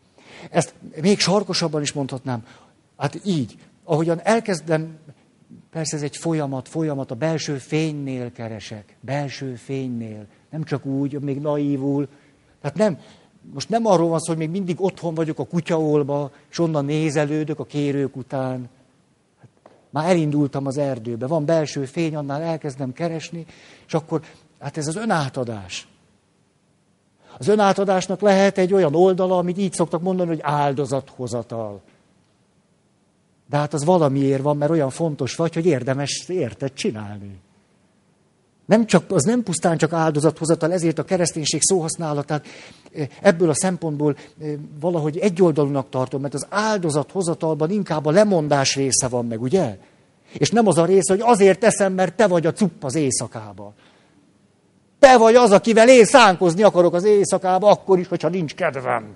Speaker 1: Ezt még sarkosabban is mondhatnám. Hát így, ahogyan elkezdem Persze ez egy folyamat, folyamat, a belső fénynél keresek. Belső fénynél. Nem csak úgy, még naívul. Tehát nem, most nem arról van szó, hogy még mindig otthon vagyok a kutyaolba, és onnan nézelődök a kérők után. Hát, már elindultam az erdőbe, van belső fény, annál elkezdem keresni, és akkor, hát ez az önátadás. Az önátadásnak lehet egy olyan oldala, amit így szoktak mondani, hogy áldozathozatal. De hát az valamiért van, mert olyan fontos vagy, hogy érdemes érted csinálni. Nem csak, az nem pusztán csak áldozathozatal, ezért a kereszténység szóhasználatát ebből a szempontból valahogy egyoldalúnak tartom, mert az áldozathozatalban inkább a lemondás része van meg, ugye? És nem az a része, hogy azért teszem, mert te vagy a cupp az éjszakába. Te vagy az, akivel én szánkozni akarok az éjszakába, akkor is, hogyha nincs kedvem.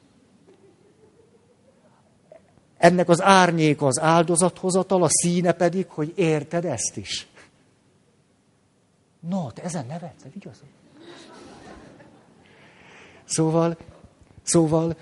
Speaker 1: Ennek az árnyéka az áldozathozatal, a színe pedig, hogy érted ezt is. No, te ezen nevetsz, igaz? Szóval, szóval,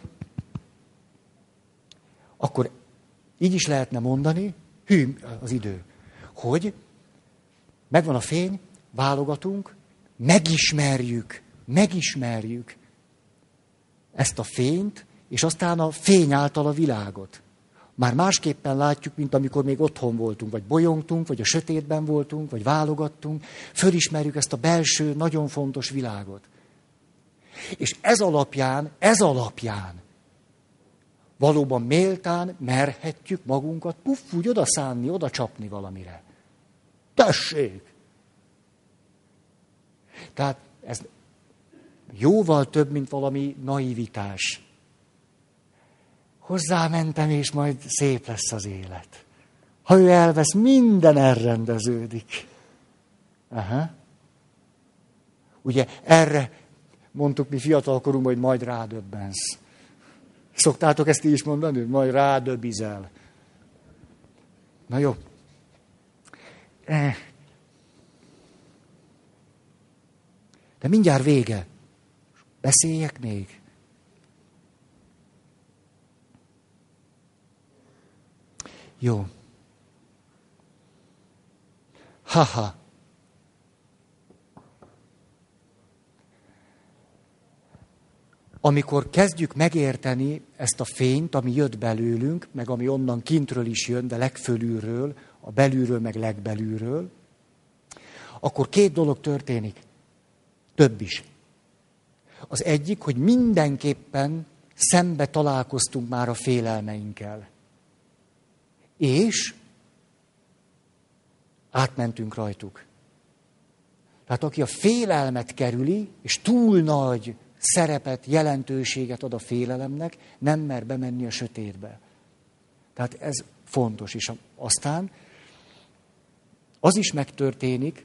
Speaker 1: akkor így is lehetne mondani, hű az idő, hogy megvan a fény, válogatunk, megismerjük, megismerjük ezt a fényt, és aztán a fény által a világot. Már másképpen látjuk, mint amikor még otthon voltunk, vagy bolyongtunk, vagy a sötétben voltunk, vagy válogattunk. Fölismerjük ezt a belső, nagyon fontos világot. És ez alapján, ez alapján valóban méltán merhetjük magunkat puff, úgy oda szánni, oda csapni valamire. Tessék! Tehát ez jóval több, mint valami naivitás. Hozzámentem, és majd szép lesz az élet. Ha ő elvesz, minden elrendeződik. Aha. Ugye erre mondtuk mi fiatalkorunkban, hogy majd rádöbbensz. Szoktátok ezt így is mondani? Majd rádöbbizel. Na jó. De mindjárt vége. Beszéljek még? Jó. Haha. Amikor kezdjük megérteni ezt a fényt, ami jött belőlünk, meg ami onnan kintről is jön, de legfölülről, a belülről, meg legbelülről, akkor két dolog történik. Több is. Az egyik, hogy mindenképpen szembe találkoztunk már a félelmeinkkel. És átmentünk rajtuk. Tehát aki a félelmet kerüli, és túl nagy szerepet, jelentőséget ad a félelemnek, nem mer bemenni a sötétbe. Tehát ez fontos. És aztán az is megtörténik,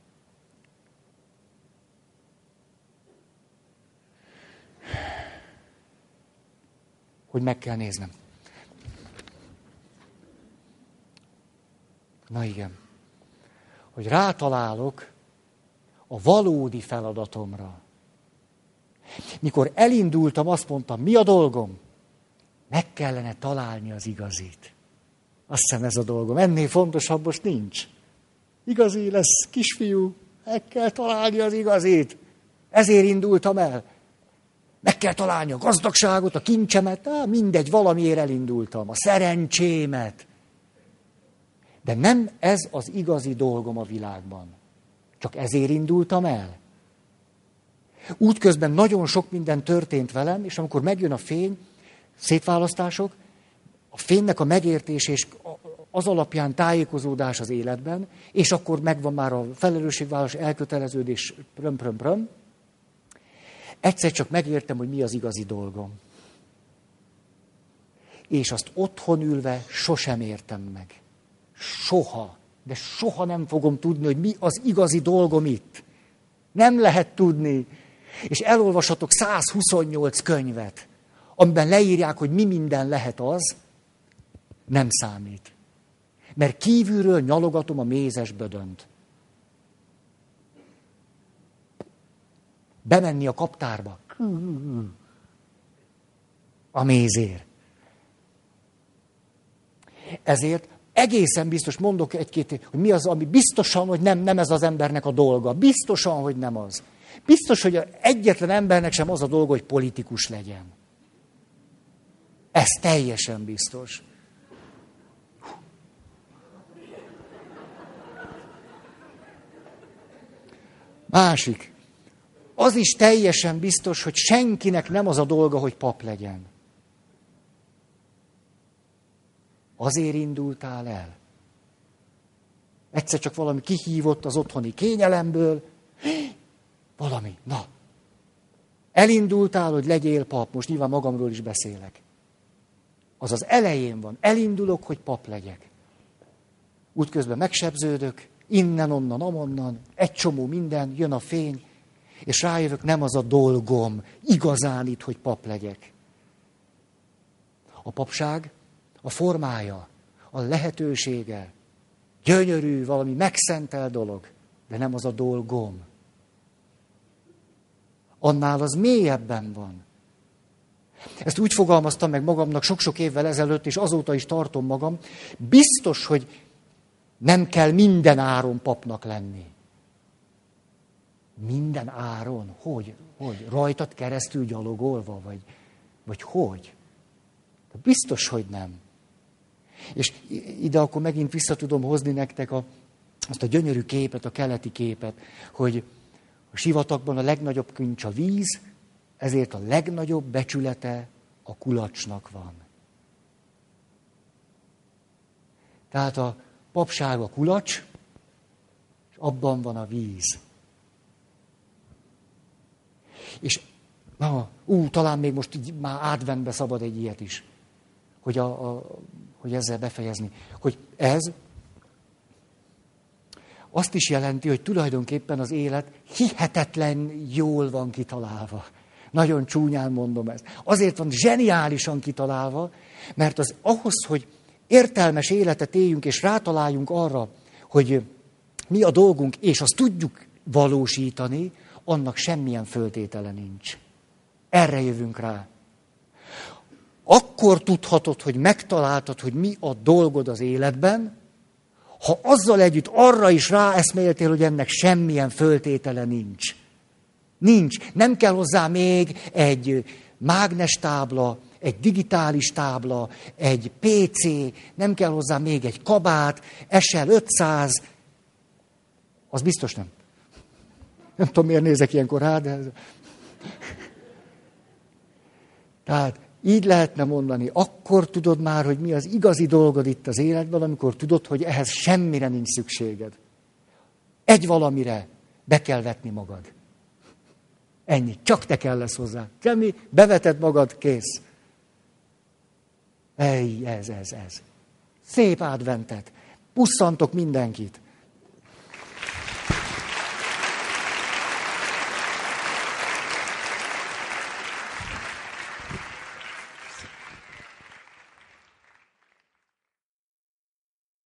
Speaker 1: hogy meg kell néznem. Na igen. Hogy rátalálok a valódi feladatomra. Mikor elindultam, azt mondtam, mi a dolgom? Meg kellene találni az igazit. Azt hiszem ez a dolgom. Ennél fontosabb most nincs. Igazi lesz, kisfiú, meg kell találni az igazit. Ezért indultam el. Meg kell találni a gazdagságot, a kincsemet, á, mindegy, valamiért elindultam, a szerencsémet. De nem ez az igazi dolgom a világban. Csak ezért indultam el. Útközben nagyon sok minden történt velem, és amikor megjön a fény, szétválasztások, a fénynek a megértés és az alapján tájékozódás az életben, és akkor megvan már a felelősségvállalás, elköteleződés, pröm, pröm, pröm. Egyszer csak megértem, hogy mi az igazi dolgom. És azt otthon ülve sosem értem meg. Soha. De soha nem fogom tudni, hogy mi az igazi dolgom itt. Nem lehet tudni. És elolvashatok száz huszonnyolc könyvet, amiben leírják, hogy mi minden lehet az, nem számít. Mert kívülről nyalogatom a mézes bödönt. Bemenni a kaptárba. A mézér. Ezért egészen biztos, mondok egy-két, hogy mi az, ami biztosan, hogy nem, nem ez az embernek a dolga. Biztosan, hogy nem az. Biztos, hogy egyetlen embernek sem az a dolga, hogy politikus legyen. Ez teljesen biztos. Másik. Az is teljesen biztos, hogy senkinek nem az a dolga, hogy pap legyen. Azért indultál el. Egyszer csak valami kihívott az otthoni kényelemből. Valami, na. Elindultál, hogy legyél pap. Most nyilván magamról is beszélek. Az az elején van. Elindulok, hogy pap legyek. Útközben megsebződök, innen, onnan, amonnan, egy csomó minden, jön a fény, és rájövök, nem az a dolgom igazán itt, hogy pap legyek. A papság a formája, a lehetősége, gyönyörű, valami megszentel dolog, de nem az a dolgom. Annál az mélyebben van. Ezt úgy fogalmaztam meg magamnak sok-sok évvel ezelőtt, és azóta is tartom magam. Biztos, hogy nem kell minden áron papnak lenni. Minden áron? Hogy? Hogy? Rajtad keresztül gyalogolva? Vagy, vagy hogy? Biztos, hogy nem. És ide akkor megint vissza tudom hozni nektek a, azt a gyönyörű képet, a keleti képet, hogy a sivatagban a legnagyobb kincs a víz, ezért a legnagyobb becsülete a kulacsnak van. Tehát a papság a kulacs, és abban van a víz. És na, ú, talán még most így már adventbe szabad egy ilyet is, hogy, a, a, hogy ezzel befejezni. Hogy ez azt is jelenti, hogy tulajdonképpen az élet hihetetlen jól van kitalálva. Nagyon csúnyán mondom ezt. Azért van zseniálisan kitalálva, mert az ahhoz, hogy értelmes életet éljünk, és rátaláljunk arra, hogy mi a dolgunk, és azt tudjuk valósítani, annak semmilyen föltétele nincs. Erre jövünk rá. Akkor tudhatod, hogy megtaláltad, hogy mi a dolgod az életben, ha azzal együtt arra is ráeszméltél, hogy ennek semmilyen föltétele nincs. Nincs. Nem kell hozzá még egy mágnestábla, egy digitális tábla, egy pé cé, nem kell hozzá még egy kabát, es el ötszáz, az biztos nem. Nem tudom, miért nézek ilyenkor rá, de... Tehát így lehetne mondani, akkor tudod már, hogy mi az igazi dolgod itt az életben, amikor tudod, hogy ehhez semmire nincs szükséged. Egy valamire be kell vetni magad. Ennyi. Csak te kell lesz hozzá. Semmi, beveted magad, kész. Ej, ez, ez, ez. Szép adventet. Pusszantok mindenkit.